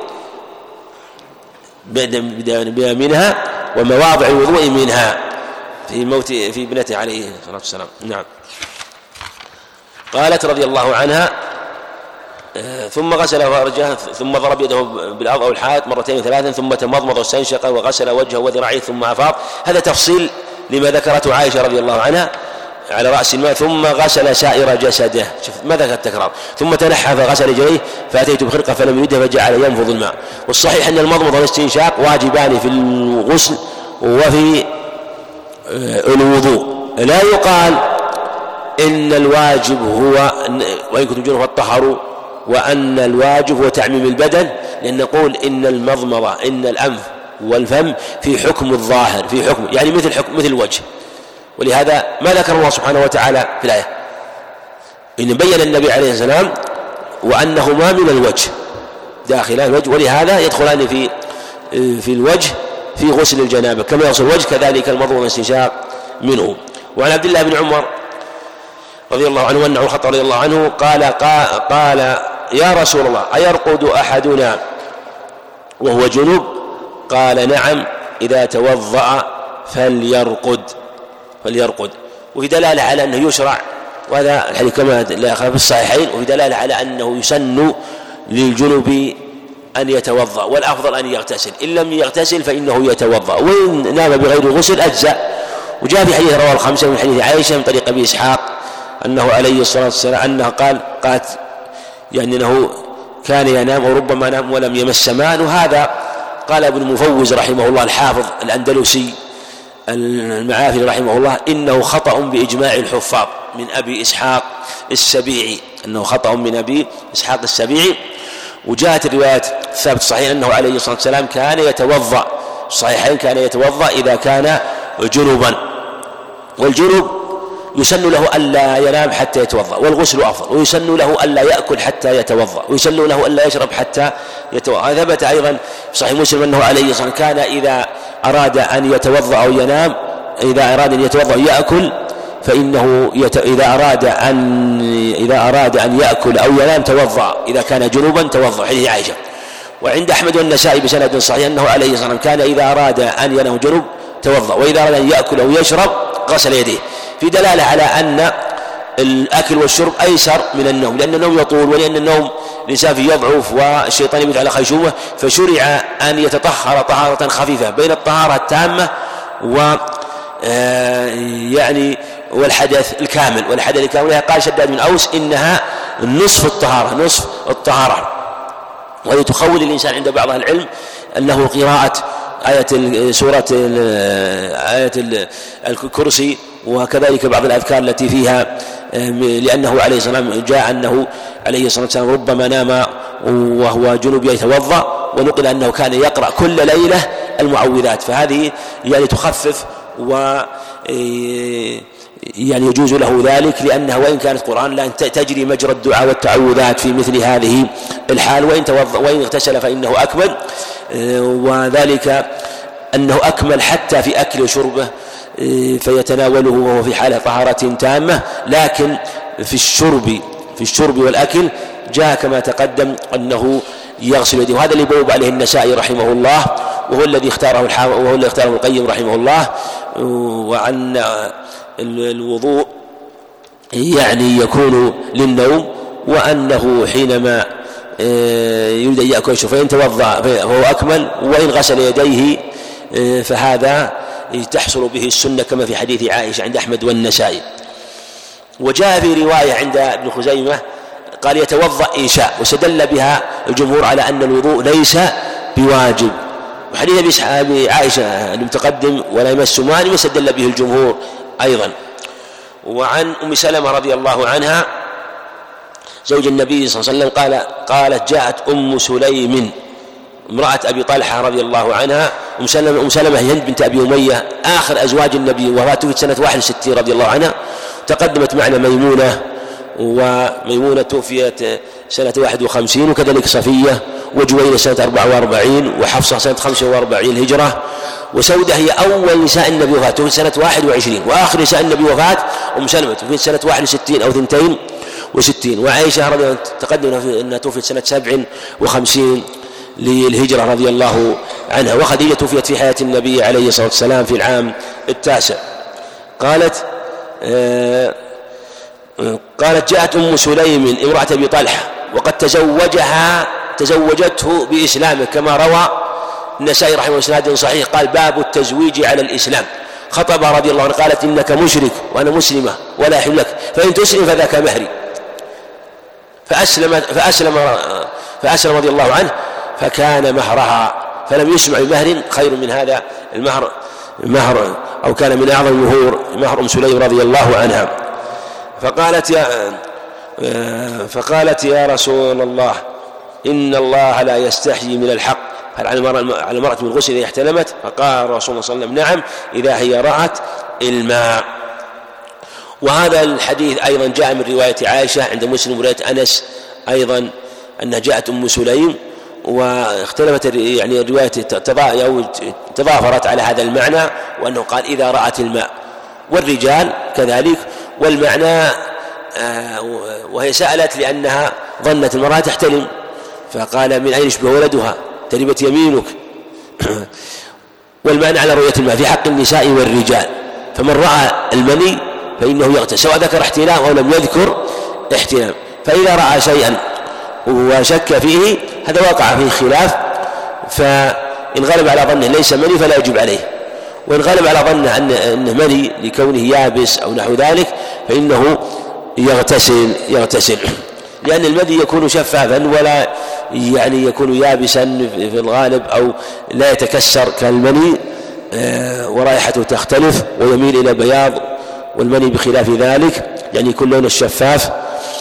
بيامنها ومواضع الوضوء منها في ابنته عليه الصلاة والسلام. نعم. قالت رضي الله عنها ثم غسل فرجه ثم ضرب يده بالأرض أو الحائط مرتين ثلاثا ثم تمضمض واستنشق وغسل وجهه وذراعيه ثم أفاض. هذا تفصيل لما ذكرته عائشة رضي الله عنها على رأس الماء. ثم غسل سائر جسده، شوف ما ذكر التكرار. ثم تنحى فغسل رجليه فأتيت بخرقة فلم يرده فجعل ينفض الماء. والصحيح أن المضمض والاستنشاق واجبان في الغسل وفي الوضوء. لا يقال إن الواجب هو وإن كنتم جنبا فاطهروا وأن الواجب هو تعميم البدن، لأن نقول إن المضمضة إن الأنف والفم في حكم الظاهر، في حكم يعني مثل الوجه. ولهذا ما ذكر الله سبحانه وتعالى في الآية إن بين النبي عليه السلام وأنهما من الوجه داخلان الوجه، ولهذا يدخلان في الوجه في غسل الجنابة كما يغسل الوجه كذلك المضمضة والاستنشاق منه. وعن عبد الله بن عمر رضي الله عنه أن عمر الخطاب رضي الله عنه قال يا رسول الله أيرقد أحدنا وهو جنوب؟ قال نعم إذا توضأ فليرقد. وفي دلالة على أنه يشرع، وهذا الحديث كما لا يخالف في الصحيحين، وفي دلالة على أنه يسن للجنوب أن يتوضأ، والأفضل أن يغتسل، إن لم يغتسل فإنه يتوضأ، وإن نام بغير غسل أجزاء. وجاء في حديث رواه الخمسة من حديث عائشة من طريق أبي إسحاق أنه عليه الصلاة والسلام أنه قالت يعني أنه كان ينام وربما نام ولم يمس ماء. وهذا قال ابن مفوز رحمه الله الحافظ الأندلسي المعافري رحمه الله إنه خطأ بإجماع الحفاظ من أبي إسحاق السبيعي، أنه خطأ من أبي إسحاق السبيعي. وجاءت الروايات الثابت الصحيح أنه عليه الصلاة والسلام كان يتوضأ، الصحيحين كان يتوضأ إذا كان جنوبا، والجنوب يسن له ألا ينام حتى يتوضأ والغسل أفضل، ويسن له ألا يأكل حتى يتوضأ، ويسن له ألا يشرب حتى يتوضأ. ثبت أيضا في صحيح مسلم أنه عليه الصلاة والسلام كان إذا أراد أن يتوضأ أو ينام، إذا أراد أن يتوضأ يأكل، فإنه إذا أراد أن يأكل أو ينام توضأ، إذا كان جنوبا توضأ، حديث عائشة. وعند أحمد والنسائي بسند صحيح أنه عليه الصلاة والسلام كان إذا أراد أن ينام جنوب توضأ، وإذا أراد أن يأكل أو يشرب غسل يديه، في دلالة على أن الأكل والشرب أيسر من النوم، لأن النوم يطول، ولأن النوم الإنسان فيه يضعف والشيطان يموت على خيشومه، فشرع أن يتطهر طهارة خفيفة بين الطهارة التامة يعني والحدث الكامل. والحدث الكامل قال شداد بن أوس إنها نصف الطهارة. وهي تخول الإنسان عند بعض أهل العلم أنه قراءة سورة آية الكرسي وكذلك بعض الأذكار التي فيها، لأنه عليه الصلاة والسلام جاء أنه عليه الصلاة والسلام ربما نام وهو جنوب يتوضأ، ونقل أنه كان يقرأ كل ليلة المعوذات، فهذه يعني تخفف يعني يجوز له ذلك، لأنها وإن كانت قرآن لا تجري مجرى الدعاء والتعوذات في مثل هذه الحال. وإن اغتسل فإنه أكمل، وذلك أنه أكمل حتى في أكل وشربه فيتناوله وهو في حالة طهارة تامة. لكن في الشرب والأكل جاء كما تقدم أنه يغسل يده، وهذا اللي بوب عليه النسائي رحمه الله، وهو الذي اختاره القيم رحمه الله. وعن الوضوء يعني يكون للنوم، وأنه حينما يريد أن يأكل فإن توضأ فهو أكمل، وإن غسل يديه فهذا تحصل به السنة كما في حديث عائشة عند أحمد والنسائي. وجاء في رواية عند ابن خزيمة قال يتوضأ إن شاء، واستدل بها الجمهور على أن الوضوء ليس بواجب. وحديث أبي عائشة المتقدم ولا يمس ماء واستدل به الجمهور أيضا. وعن أم سلمة رضي الله عنها زوج النبي صلى الله عليه وسلم قالت جاءت أم سليم امرأة أبي طلحة رضي الله عنها. أم سلمة هند بنت أبي أمية آخر أزواج النبي، وفاته في سنة 61 رضي الله عنها. تقدمت معنا ميمونة، وميمونة توفيت سنة 51، وكذلك صفية، وجوينة سنة 44، وحفصة سنة 45 هجرة، وسودة هي أول نساء النبي وفاة توفيت سنة 21، وآخر نساء النبي وفاة أم سلمة توفيت سنة 61 أو 62. وعائشة رضي الله عنها تقدم أنها توفيت سنة 57 للهجرة رضي الله عنها. وخديجة توفيت في حياة النبي عليه الصلاة والسلام في العام 9. قالت جاءت أم سليم امرأة أبي طلحة وقد تزوجته بإسلامه كما روى النسائي رحمه الله إسناد صحيح قال باب التزويج على الإسلام. خطبها رضي الله عنه قالت إنك مشرك وأنا مسلمة ولا يحل لك، فإن تسلم فذاك مهري. فأسلم رضي الله عنه فكان مهرها، فلم يسمع بمهر خير من هذا المهر أو كان من أعظم المهور مهر أم سليم رضي الله عنها. فقالت يا رسول الله إن الله لا يستحيي من الحق، هل على المرأة من الغسل إذا احتلمت؟ فقال رسول الله صلى الله عليه وسلم نعم إذا هي رأت الماء. وهذا الحديث أيضا جاء من رواية عائشة عند مسلم ورواية أنس أيضا أنها جاءت أم سليم، واختلفت يعني الرواية تضافرت على هذا المعنى، وأنه قال إذا رأت الماء، والرجال كذلك. والمعنى وهي سألت لأنها ظنت المرأة تحتلم، فقال من أين يشبه ولدها تربت يمينك. والمعنى على رؤية الماء في حق النساء والرجال، فمن رأى المني فإنه يغتسل سواء ذكر احتلام أو لم يذكر احتلام. فإذا رأى شيئا وشك فيه هذا وقع فيه خلاف، فإن غلب على ظنه ليس مني فلا يجب عليه، وإن غلب على ظنه أنه مني لكونه يابس أو نحو ذلك فإنه يغتسل لأن المني يكون شفافا ولا يعني يكون يابسا في الغالب أو لا يتكسر كالمني، ورائحته تختلف ويميل إلى بياض، والمني بخلاف ذلك يعني يكون لونه الشفاف.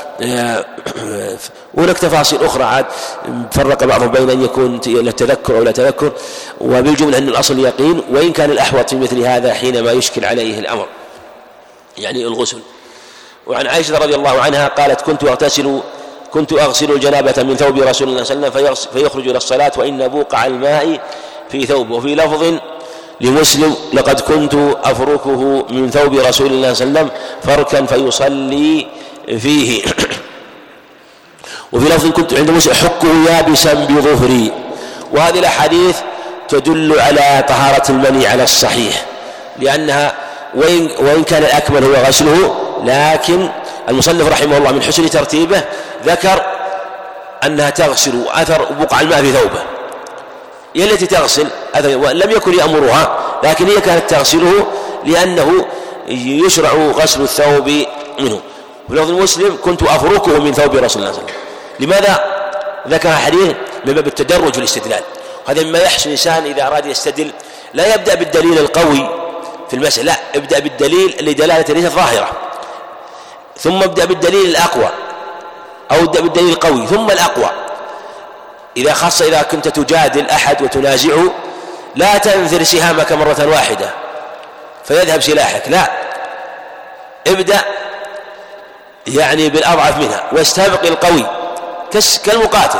وهناك تفاصيل أخرى عاد فرق بعضهم بين أن يكون للتذكر أو لا تذكر، وبالجملة أن الأصل يقين، وإن كان الأحوط في مثل هذا حينما يشكل عليه الأمر يعني الغسل. وعن عائشة رضي الله عنها قالت كنت أغسل الجنابة من ثوب رسول الله صلى الله عليه وسلم فيخرج إلى الصلاة وإن بوقع الماء في ثوبه. وفي لفظ لمسلم لقد كنت أفركه من ثوب رسول الله صلى الله عليه وسلم فركا فيصلي فيه. وفي لفظ كنت عند مسلم أحكه يابسا بظهري. وهذه الأحاديث تدل على طهارة المني على الصحيح، لأنها وإن كان الأكمل هو غسله، لكن المصنف رحمه الله من حسن ترتيبه ذكر أنها تغسل أثر بقع الماء في ثوبه، هي التي تغسل لم يكن يأمرها، لكن هي كانت تغسله لأنه يشرع غسل الثوب منه. في لفظ مسلم كنت أفركه من ثوب رسول الله صلى الله عليه وسلم. لماذا ذكر حديث؟ من باب التدرج في الاستدلال. هذا مما يحسن الإنسان إذا أراد يستدل لا يبدأ بالدليل القوي في المسألة، لا، ابدأ بالدليل لدلالة ليست ظاهرة، ثم ابدأ بالدليل الأقوى أو ابدأ بالدليل القوي ثم الأقوى. إذا كنت تجادل أحد وتنازعه لا تنثر سهامك مرة واحدة فيذهب سلاحك، لا، ابدأ يعني بالأضعف منها واستبق القوي كالمقاتل.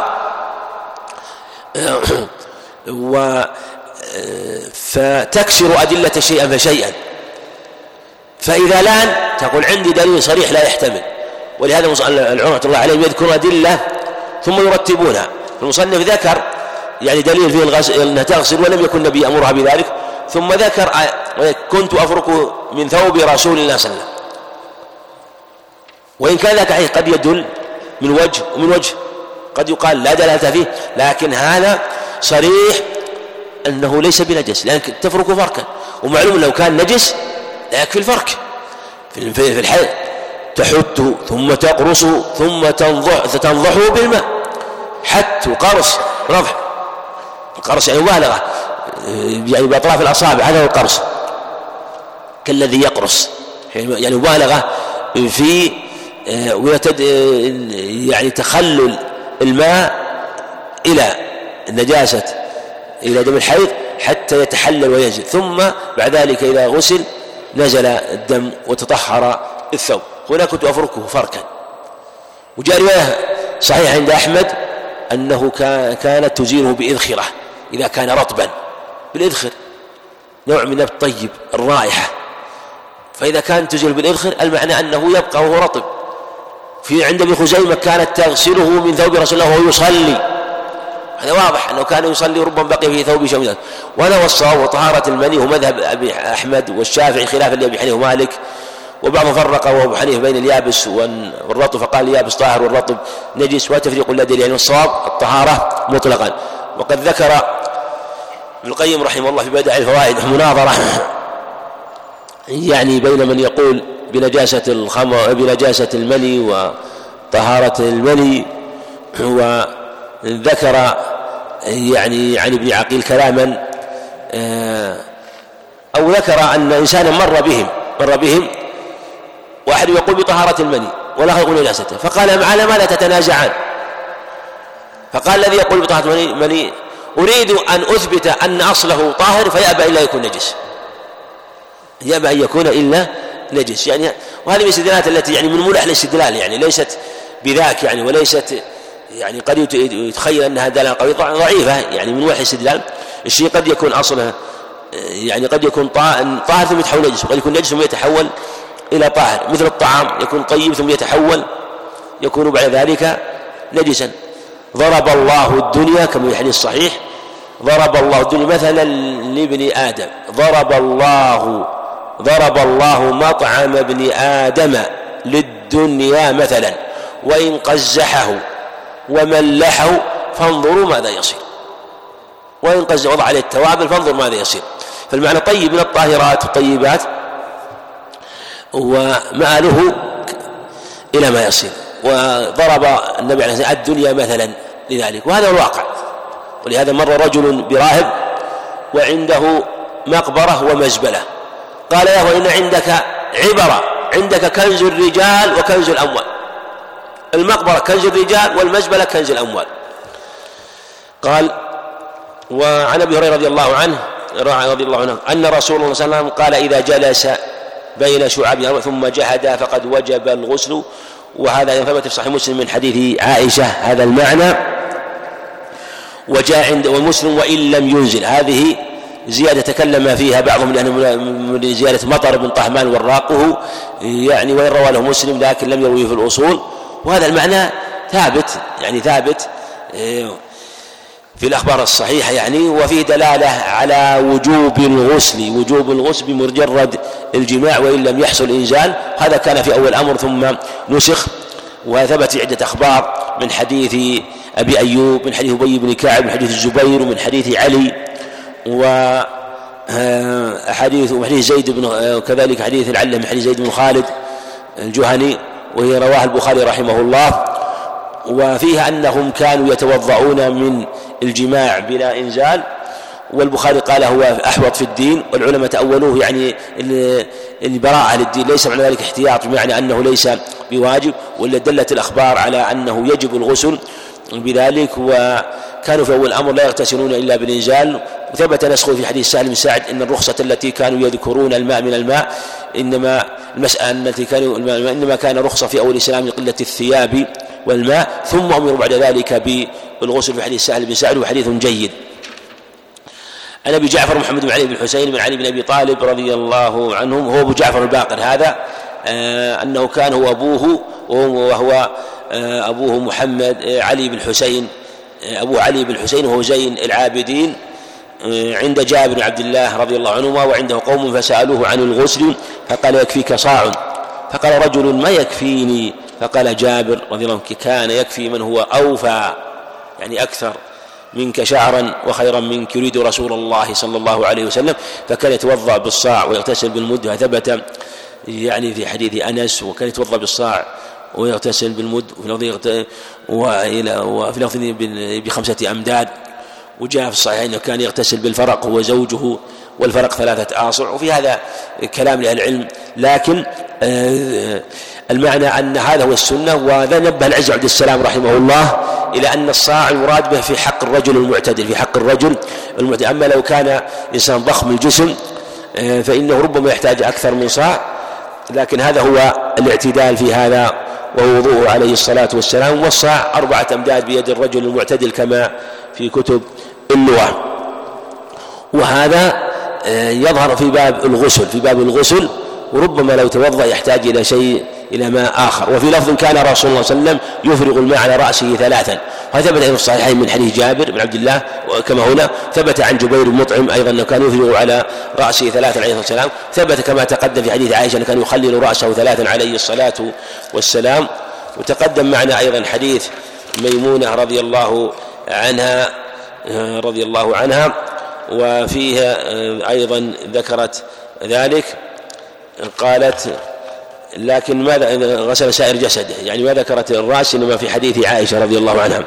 فتكسر أدلة شيئا فشيئا، فإذا لان تقول عندي دليل صريح لا يحتمل. ولهذا العلماء الله عليهم يذكرون أدلة ثم يرتبونها. المصنف ذكر يعني دليل فيه الغسل أنها تغسل ولم يكن النبي يأمرها بذلك، ثم ذكر كنت أفرك من ثوب رسول الله صلى الله عليه وسلم. وإن كان ذاك قد يدل من وجه ومن وجه قد يقال لا دلالة فيه، لكن هذا صريح أنه ليس بنجس، لأنك تفرك فركا، ومعلوم لو كان نجس لا يكفي الفرك. في الحيض تحت ثم تقرص ثم تنضح بالماء، حت وقرص رضح. القرص يعني مبالغة، يعني بأطراف الأصابع، هذا هو القرص كالذي يقرص، يعني مبالغة في يعني تخلل الماء إلى النجاسة إلى دم الحيض حتى يتحلل وينزل، ثم بعد ذلك إذا غسل نزل الدم وتطهر الثوب. هنا كنت أفركه فركا. وجاء رواية صحيح عند أحمد أنه كانت تزيله بإذخرة إذا كان رطبا، بالإذخر نوع من الطيب الرائحة، فإذا كانت تزيله بالإذخر المعنى أنه يبقى وهو رطب. في عند ابن خزيمة كانت تغسله من ثوب رسول الله وهو يصلي، هذا واضح أنه كان يصلي وربما بقي في ثوب شميلات. وأنا والصواب وطهارة المني هو مذهب أبي أحمد والشافعي خلافا لأبي حنيفة ومالك وبعضهم فرق وابو حنيفه بين اليابس والرطب فقال اليابس طاهر والرطب نجس، وتفريق لا دليل، يعني الصواب الطهارة مطلقا. وقد ذكر ابن القيم رحمه الله في بدائع الفوائد مناظرة يعني بين من يقول بنجاسة الخمر بنجاسة المني وطهارة المني، وذكر يعني عن ابن عقيل كلاما أو ذكر أن إنسانا مر بهم واحد يقول بطهارة المني والآخر يقول نجاسته، فقال على ماذا تتنازعان؟ فقال الذي يقول بطهارة المني أريد أن أثبت أن أصله طاهر فيأبى إلا يكون نجس، يأبى أن يكون إلا نجس يعني. وهذه من الاستدلالات التي يعني من ملح الاستدلال، يعني ليست بذاك يعني، وليست يعني قد يتخيل أنها دلالة قوية ضعيفة يعني من ملح الاستدلال. الشيء قد يكون أصله يعني قد يكون طاهر ثم يتحول نجس، وقد يكون نجس ثم يتحول إلى طاهر، مثل الطعام يكون طيب ثم يكون بعد ذلك نجسا. ضرب الله الدنيا كما في الحديث الصحيح، ضرب الله الدنيا مثلا لابن آدم، ضرب الله مطعم ابن آدم للدنيا مثلا، وإن قزحه وملحه فانظروا ماذا يصير، وإن قزح وضع عليه التوابل فانظر ماذا يصير. فالمعنى طيب من الطاهرات والطيبات ومآله إلى ما يصير. وضرب النبي عليه الصلاة والسلام الدنيا مثلا لذلك، وهذا هو الواقع. ولهذا مر رجل براهب وعنده مقبرة ومزبلة، قال له إن عندك عبرة، عندك كنز الرجال وكنز الأموال. المقبرة كنز الرجال والمزبلة كنز الأموال. قال وعن أبي هريرة رضي الله عنه أن رسول الله صلى الله عليه وسلم قال إذا جلس بين شعاب ثم جهد فقد وجب الغسل. وهذا ثبت في صحيح مسلم من حديث عائشة هذا المعنى. وجاء عند ومسلم وإن لم ينزل، هذه زيادة تكلم فيها بعضهم لأنه من زيادة مطر بن طهمان وراقه يعني، وإن روى له مسلم لكن لم يرويه في الأصول. وهذا المعنى ثابت يعني ثابت في الأخبار الصحيحة يعني، وفيه دلالة على وجوب الغسل بمجرد الجماع وإن لم يحصل إنزال. هذا كان في أول أمر ثم نسخ. وثبت عدة أخبار من حديث أبي أيوب، من حديث أبي بن كعب، من حديث الزبير، ومن حديث علي، وحديث زيد بن كذلك حديث العلة من حديث زيد بن خالد الجهني، وهي رواه البخاري رحمه الله. وفيها أنهم كانوا يتوضعون من الجماع بلا إنزال، والبخاري قال هو أحوط في الدين، والعلماء تأولوه يعني البراءة للدين، ليس معنى ذلك احتياط بمعنى أنه ليس بواجب، ولا دلت الأخبار على أنه يجب الغسل بذلك. وكانوا في أول الأمر لا يغتسلون إلا بالإنزال. وثبت نسخه في حديث سهل بن سعد إن الرخصة التي كانوا يذكرون الماء من الماء إنما المسألة التي كانوا إنما كان رخصة في أول الإسلام لقلة الثياب والماء، ثم أمروا بعد ذلك بالغسل في حديث سهل بن سعد، وحديث جيد. عن أبي جعفر محمد بن علي بن حسين بن علي بن أبي طالب رضي الله عنهم، هو أبو جعفر الباقر هذا، أنه كان هو أبوه وهو أبوه محمد علي بن حسين، أبو علي بن حسين وهو زين العابدين، عند جابر بن عبد الله رضي الله عنهما، وعنده قوم فسألوه عن الغسل فقال يكفيك صاع، فقال رجل ما يكفيني، فقال جابر رضي الله عنه كان يكفي من هو أوفى يعني أكثر منك شعرا وخيرا منك يريد رسول الله صلى الله عليه وسلم، فكان يتوضأ بالصاع ويغتسل بالمد. ثبت يعني في حديث أنس وكان يتوضأ بالصاع ويغتسل بالمد، وفي لفظ ب5 أمداد. وجاء في الصحيحين أنه كان يغتسل بالفرق هو زوجه، والفرق 3 آصع. وفي هذا كلام لأهل العلم، لكن المعنى أن هذا هو السنة. وذا نبه العز عبد السلام رحمه الله إلى أن الصاع المراد به في حق الرجل المعتدل، أما لو كان إنسان ضخم الجسم فإنه ربما يحتاج أكثر من صاع، لكن هذا هو الاعتدال في هذا وهو وضوءه عليه الصلاة والسلام. والصاع 4 أمداد بيد الرجل المعتدل كما في كتب اللغة. وهذا يظهر في باب الغسل، وربما لو توضأ يحتاج إلى شيء إلى ماء آخر. وفي لفظ كان رسول الله صلى الله عليه وسلم يفرغ الماء على رأسه 3. وهذا ثبت في الصحيحين من حديث جابر بن عبد الله، كما هنا ثبت عن جبير بن مطعم أيضا أنه كان يفرغ على رأسه 3 عليه الصلاة والسلام. ثبت كما تقدم في حديث عائشة أنه كان يخلل رأسه 3 عليه الصلاة والسلام. وتقدم معنا أيضا حديث ميمونة رضي الله عنها وفيها أيضا ذكرت ذلك، قالت لكن ماذا غسل سائر جسده، يعني ما ذكرت الرأس إنما في حديث عائشة رضي الله عنها.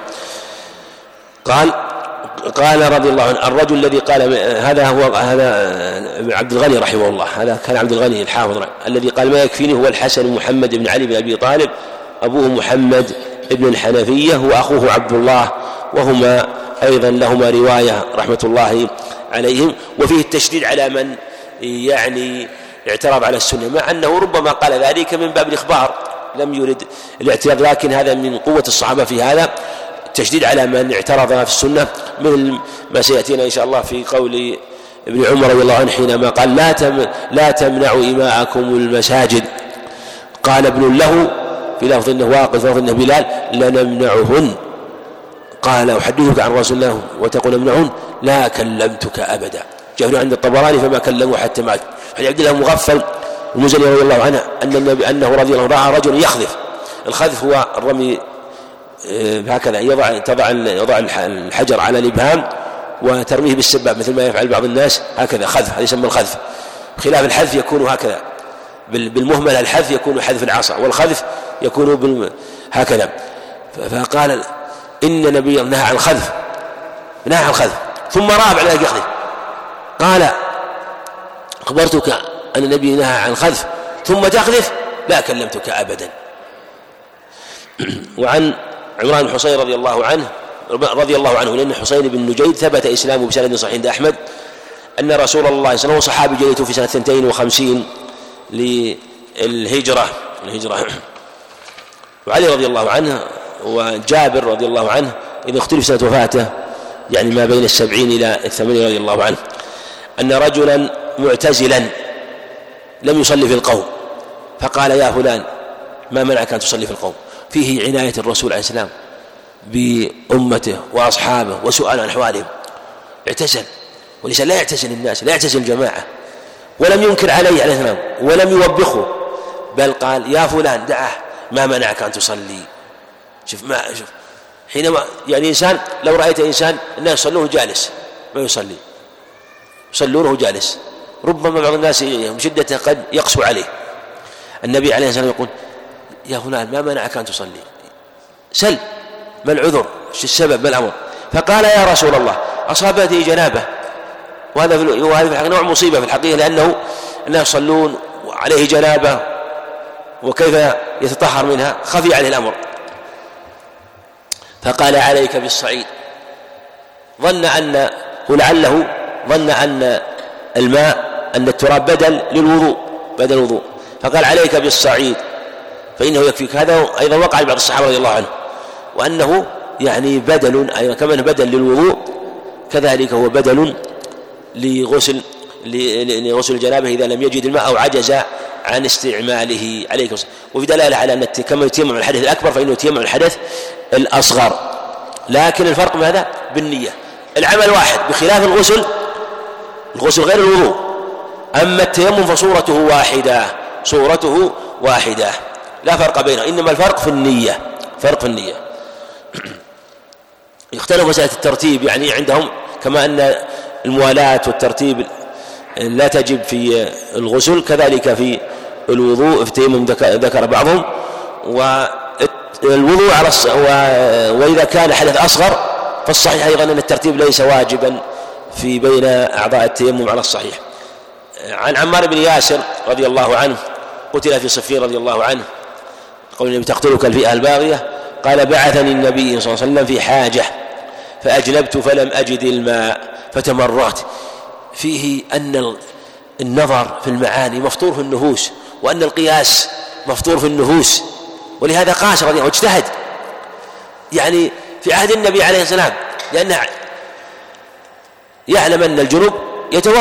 قال رضي الله عنه الرجل الذي قال هذا عبد الغني رحمه الله، هذا كان عبد الغني الحافظ الذي قال ما يكفيني هو الحسن محمد بن علي بن أبي طالب، أبوه محمد ابن الحنفية وأخوه عبد الله، وهما أيضا لهما رواية رحمة الله عليهم. وفيه التشديد على من يعني اعترض على السنة، مع أنه ربما قال ذلك من باب الإخبار لم يرد الاعتراض، لكن هذا من قوة الصحابة في هذا التشديد على من اعترض في السنة، من ما سيأتينا إن شاء الله في قول ابن عمر رضي الله عنه حينما قال لا تمنعوا إماءكم المساجد. قال ابن له في لفظ انه واقف وفي انه بلال لنمنعهن. قال أحدثك عن رسول الله وتقول نمنعهن؟ لا كلمتك أبدا. جاء عند الطبراني فما كلموا حتى مات. عن عبد الله مغفل المزني رضي الله عنه أنه رضي الله عنه رأى رجل يخذف. الخذف هو الرمي هكذا، يضع الحجر على الإبهام وترميه بالسباب مثل ما يفعل بعض الناس، هكذا خذف، هذا يسمى الخذف. خلاف الحذف يكون هكذا بالمهمل، الحذف يكون حذف العصا، والخذف يكون هكذا. فقال إن نبي نهى عن الخذف، ثم رأى بعد ذلك يخذف. قال أخبرتك أن النبي نهى عن الخذف ثم تخذف؟ لا كلمتك أبدا. وعن عمران بن حصين رضي الله عنه لأن حصين بن نجيد ثبت إسلامه بسند صحيح عند أحمد أن رسول الله صلى الله عليه وسلم صحابي جليته في سنة 52 للهجرة. وعلي رضي الله عنه وجابر رضي الله عنه إذا اختلف سنة وفاته يعني ما بين 70 إلى 80 رضي الله عنه، أن رجلا معتزلا لم يصلي في القوم فقال يا فلان ما منعك أن تصلي في القوم؟ فيه عناية الرسول عليه السلام بأمته وأصحابه وسؤال عن أحوالهم. اعتزل، وليس لا يعتزل الناس، لا يعتزل الجماعة، ولم ينكر عليه عليه السلام ولم يوبخه، بل قال يا فلان دعه ما منعك أن تصلي. شوف حينما يعني إنسان لو رأيت إنسان الناس يصلونه جالس ما يصلي، يصلونه جالس، ربما بعض الناس بشدته قد يقسو عليه. النبي عليه الصلاة والسلام يقول يا فلان ما منعك أن تصلي؟ سل ما العذر، ايش السبب، ما الأمر؟ فقال يا رسول الله أصابتني جنابة، وهذا في الحقيقة نوع مصيبة في الحقيقة، لأنه الناس يصلون عليه جنابة وكيف يتطهر منها، خفي عليه الأمر. فقال عليك بالصعيد، لعله ظن أن الماء أن التراب بدل الوضوء، فقال عليك بالصعيد فإنه يكفيك. هذا أيضا وقع لبعض الصحابة رضي الله عنه، وأنه يعني بدل أيضا كما أنه بدل للوضوء كذلك هو بدل لغسل الجنابة إذا لم يجد الماء أو عجز عن استعماله. عليك. وفي دلالة على أن كما يتيمم الحدث الأكبر فإنه يتيمم الحدث الأصغر، لكن الفرق ماذا؟ بالنية. العمل واحد بخلاف الغسل غير الوضوء. أما التيمم فصورته واحدة لا فرق بينه، إنما الفرق في النية. يختلف مسألة الترتيب، يعني عندهم كما أن الموالاة والترتيب لا تجب في الغسل كذلك في الوضوء في التيمم ذكر بعضهم. والوضوء وإذا كان حدث أصغر فالصحيح أيضا أن الترتيب ليس واجبا في بين أعضاء التيمم على الصحيح. عن عمار بن ياسر رضي الله عنه قتل في صفين رضي الله عنه، قول النبي تقتلك الفئة الباغية، قال بعثني النبي صلى الله عليه وسلم في حاجة فأجلبت فلم أجد الماء فتمرغت. فيه أن النظر في المعاني مفطور في النفوس، وأن القياس مفطور في النفوس، ولهذا قاس رضي الله واجتهد يعني في عهد النبي عليه السلام، لأنه يعلم أن الجنوب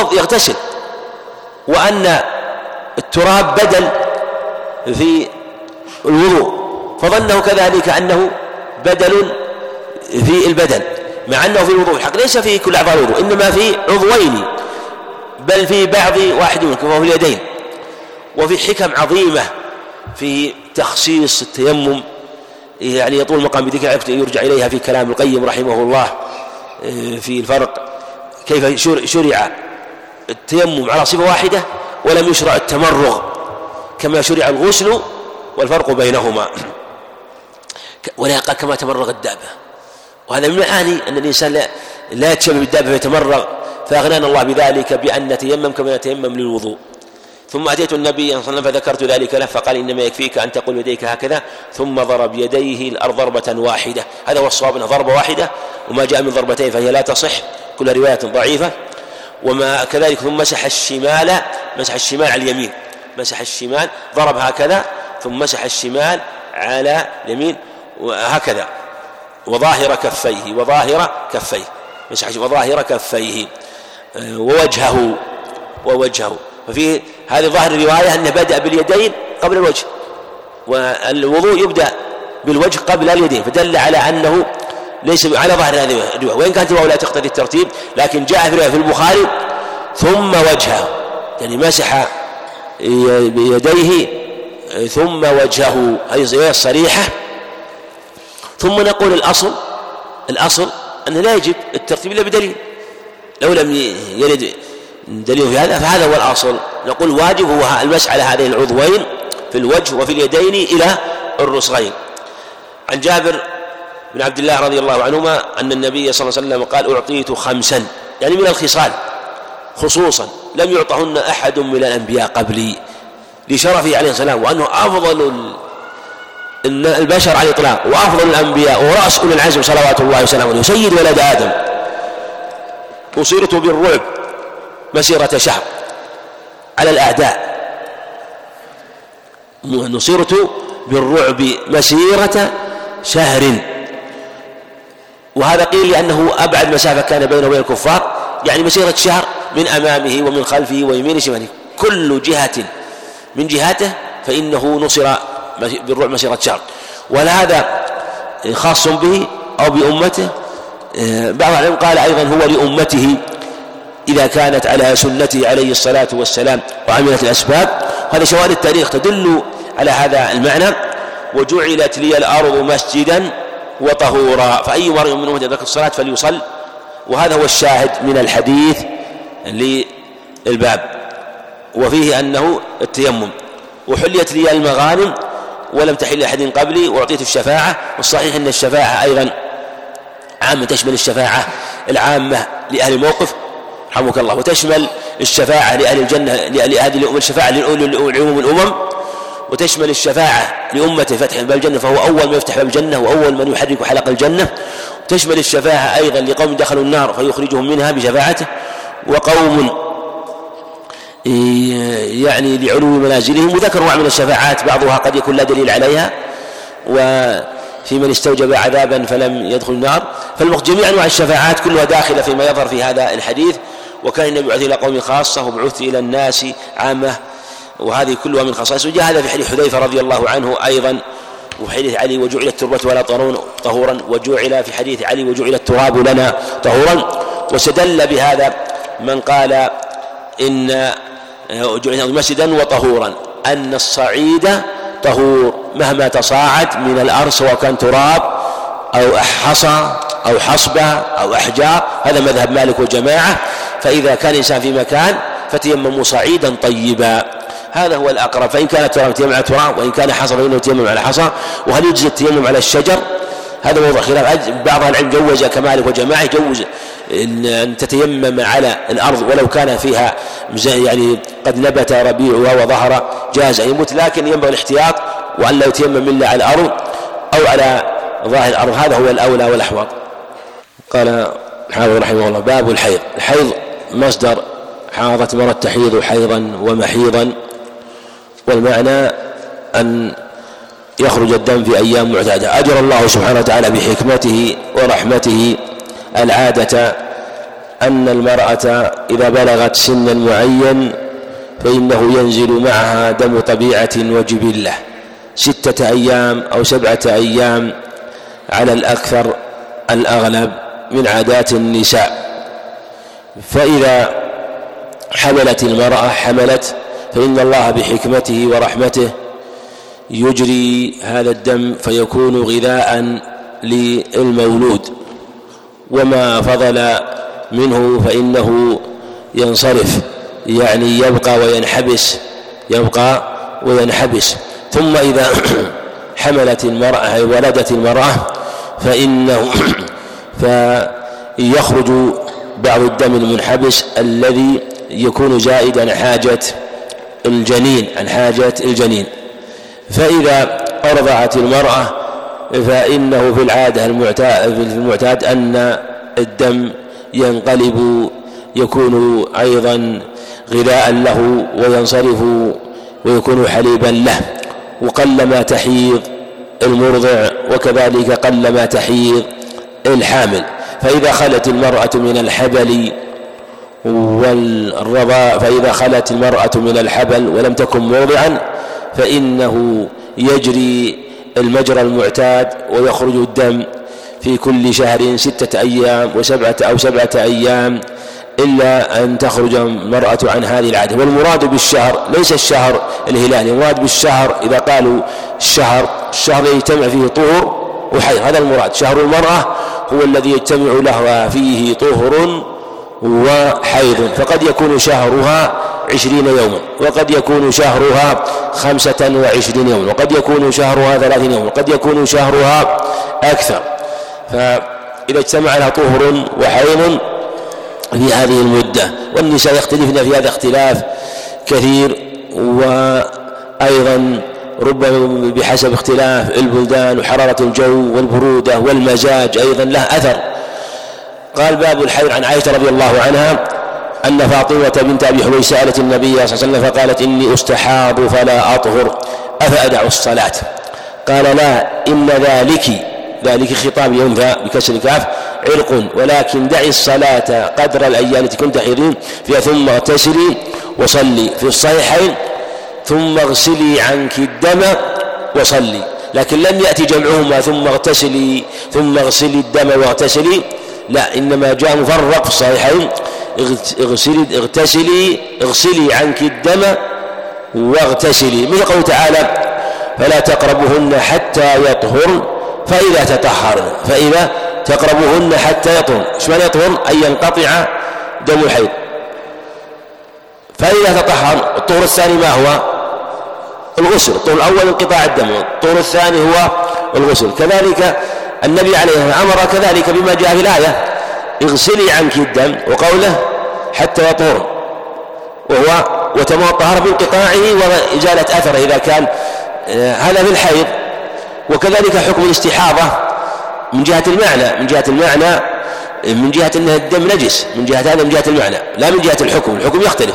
يغتسل، وأن التراب بدل في الوضوء، فظنه كذلك أنه بدل في البدن، مع أنه في الوضوء الحق ليس في كل أعضاء الوضوء، إنما في عضوين، بل في بعض واحد منهم كما في اليدين. وفي حكم عظيمة في تخصيص التيمم، يعني يطول المقام بذكر يرجع إليها في كلام القيم رحمه الله في الفرق كيف شرع التيمم على صفة واحدة ولم يشرع التمرغ كما شرع الغسل، والفرق بينهما. ولا قال كما تمرغ الدابة، وهذا من معاني أن الإنسان لا يتشبه بالدابة فيتمرغ، فأغنانا الله بذلك بأن نتيمم كما نتيمم للوضوء. ثم أتيت النبي صلى الله عليه وسلم فذكرت ذلك له، فقال إنما يكفيك أن تقول يديك هكذا، ثم ضرب يديه الأرض ضربة واحدة. هذا هو الصواب، أنها ضربة واحدة، وما جاء من ضربتين فهي لا تصح، كل رواية ضعيفة. وما كذلك ثم مسح الشمال على اليمين، مسح الشمال، ضرب هكذا ثم مسح الشمال على اليمين وهكذا، وظاهر كفيه مسح وظاهر كفيه ووجهه. ففي هذه ظاهر الرواية أنه بدأ باليدين قبل الوجه، والوضوء يبدأ بالوجه قبل اليدين، فدل على أنه ليس على ظاهر هذه الرواية، وإن كانت الرواية لا تقتضي الترتيب، لكن جاء في رواية في البخاري ثم وجهه، يعني مسح بيديه ثم وجهه، هذه الرواية الصريحة. ثم نقول الأصل أنه لا يجب الترتيب إلا بدليل، لو لم يرد دليل في هذا فهذا هو الأصل. نقول واجب هو المسح على هذين العضوين في الوجه وفي اليدين إلى الرسغين. عن جابر بن عبد الله رضي الله عنهما أن النبي صلى الله عليه وسلم قال أعطيت 5 يعني من الخصال خصوصا لم يعطهن أحد من الأنبياء قبلي، لشرفه عليه السلام، وأنه أفضل البشر على الإطلاق وأفضل الأنبياء ورأس أولي العزم صلوات الله وسلامه عليه، سيد ولد آدم. أصيرت بالرعب مسيرة شهر على الأعداء، نصرت بالرعب مسيرة شهر، وهذا قيل لأنه أبعد مسافة كان بينه وبين الكفار، يعني مسيرة شهر من أمامه ومن خلفه ويمينه شماله، كل جهة من جهاته فإنه نصر بالرعب مسيرة شهر. وهذا خاص به أو بأمته، بعض العلماء قال أيضا هو لأمته إذا كانت على سنته عليه الصلاة والسلام وعملت الأسباب. هذا شواهد التاريخ تدل على هذا المعنى. وجعلت لي الأرض مسجدا وطهورا، فأي مرء من أمتي ذكر الصلاة فليصل. وهذا هو الشاهد من الحديث للباب، وفيه أنه التيمم. وحليت لي المغانم ولم تحل أحد قبلي، وأعطيت الشفاعة. والصحيح أن الشفاعة أيضا عامة، تشمل الشفاعة العامة لأهل الموقف رحمك الله، وتشمل الشفاعة لأهل الجنة لهذه الأمة، الشفاعة لعموم الأمم، وتشمل الشفاعة لأمة فتح باب الجنة فهو أول من يفتح باب الجنة وأول من يحرك حلق الجنة. تشمل الشفاعة أيضا لقوم دخلوا النار فيخرجهم منها بشفاعته، وقوم يعني لعلو منازلهم. وذكر نوع من الشفاعات بعضها قد يكون لا دليل عليها، وفي من استوجب عذابا فلم يدخل النار. فجميع أنواع الشفاعات كلها داخلة فيما يظهر في هذا الحديث. وكان النبي يبعث إلى قوم خاصة وبعث إلى الناس عامة، وهذه كلها من خصائص. وجاء هذا في حديث حذيفة رضي الله عنه أيضا، وحديث علي وجعل التربة ولا طهورا، وجعل في حديث علي وجعل التراب لنا طهورا. واستدل بهذا من قال إن جعل مسجدا وطهورا أن الصعيد طهور مهما تصاعد من الأرض، سواء كان تراب أو حصى أو حصبة أو أحجار. هذا مذهب مالك وجماعة. فإذا كان الإنسان في مكان فتيمموا صعيدا طيبا، هذا هو الأقرب. فإن كان التراب يتيمم على تراب، وإن كان حصى فإنه يتيمم على حصى. وهل يجوز التيمم على الشجر؟ هذا موضوع خلاف. بعض العلم جوز كمالك وجماعة، جوز أن تتيمم على الأرض ولو كان فيها يعني قد نبت ربيعها وظهر جاز أن يموت، لكن ينبغي الاحتياط وأن لا يتيمم إلا على الأرض أو على ظاهر الأرض، هذا هو الأولى والأحوط. قال الحافظ رحمه الله: باب الحيض. الحيض مصدر حاضت مرت تحيض حيضا ومحيضا، والمعنى أن يخرج الدم في أيام معتادة. أجرى الله سبحانه وتعالى بحكمته ورحمته العادة أن المرأة إذا بلغت سنا معين فإنه ينزل معها دم طبيعة وجبلة، 6 أيام أو 7 أيام على الأكثر الأغلب من عادات النساء. فإذا حملت المرأة فإن الله بحكمته ورحمته يجري هذا الدم فيكون غذاء للمولود، وما فضل منه فإنه ينصرف، يعني يبقى وينحبس. ثم إذا حملت المرأة ولدت المرأة فيخرج بعض الدم المنحبس الذي يكون زائد عن حاجة الجنين. فإذا أرضعت المرأة فإنه في العادة المعتاد أن الدم ينقلب يكون أيضا غذاء له وينصرف ويكون حليبا له، وقلما تحيض المرضع وكذلك قلما تحيض الحامل. فإذا خلت المرأة من الحبل والرضاع ولم تكن مرضعا فإنه يجري المجرى المعتاد ويخرج الدم في كل شهر 6 أيام أو 7 أيام إلا أن تخرج المرأة عن هذه العادة. والمراد بالشهر ليس الشهر الهلالي، المراد بالشهر إذا قالوا الشهر يجتمع فيه طهر وحيض، هذا المراد. شهر المرأة هو الذي يجتمع لها فيه طهر وحيض، فقد يكون شهرها 20 يوما، وقد يكون شهرها 25 يوما، وقد يكون شهرها 30 يوما، وقد يكون شهرها أكثر. فإذا اجتمع لها طهر وحيض في هذه المدة، والنساء يختلفن في هذا اختلاف كثير، وأيضا ربما بحسب اختلاف البلدان وحرارة الجو والبرودة والمزاج أيضا له أثر. قال باب الحيض. عن عائشة رضي الله عنها أن فاطمة بنت أبي حبيش سألت النبي صلى الله عليه وسلم فقالت إني أستحاض فلا أطهر أفأدع الصلاة؟ قال لا، إن ذلك خطاب ينفى بكسر الكاف عرق، ولكن دعي الصلاة قدر الأيام التي كنت حيضين فيها ثم اغتسلي وصلي. في الصحيحين ثم اغسلي عنك الدم وصلي، لكن لم يأتي جمعهما ثم اغسلي الدم واغتسلي، لا، إنما جاء مفرق في الصحيحين اغسلي عنك الدم واغتسلي، مثل قوله تعالى فلا تقربوهن حتى يطهرن فإذا تقربوهن حتى يطهرن. ايش معنى يطهرن؟ أن ينقطع دم الحيض. فإذا تطهر، الطهر الثاني ما هو؟ الغسل. الطهر الأول انقطاع الدم، الطهر الثاني هو الغسل. كذلك النبي عليه الصلاة والسلام أمر كذلك بما جاء في الآية اغسلي عنك الدم، وقوله حتى يطهرن، وتمام الطهارة بانقطاعه وإزالة أثره إذا كان هذا في الحيض. وكذلك حكم الاستحاضة من جهة المعنى من جهة أن الدم نجس، من جهة هذا من جهة المعنى لا من جهة الحكم يختلف.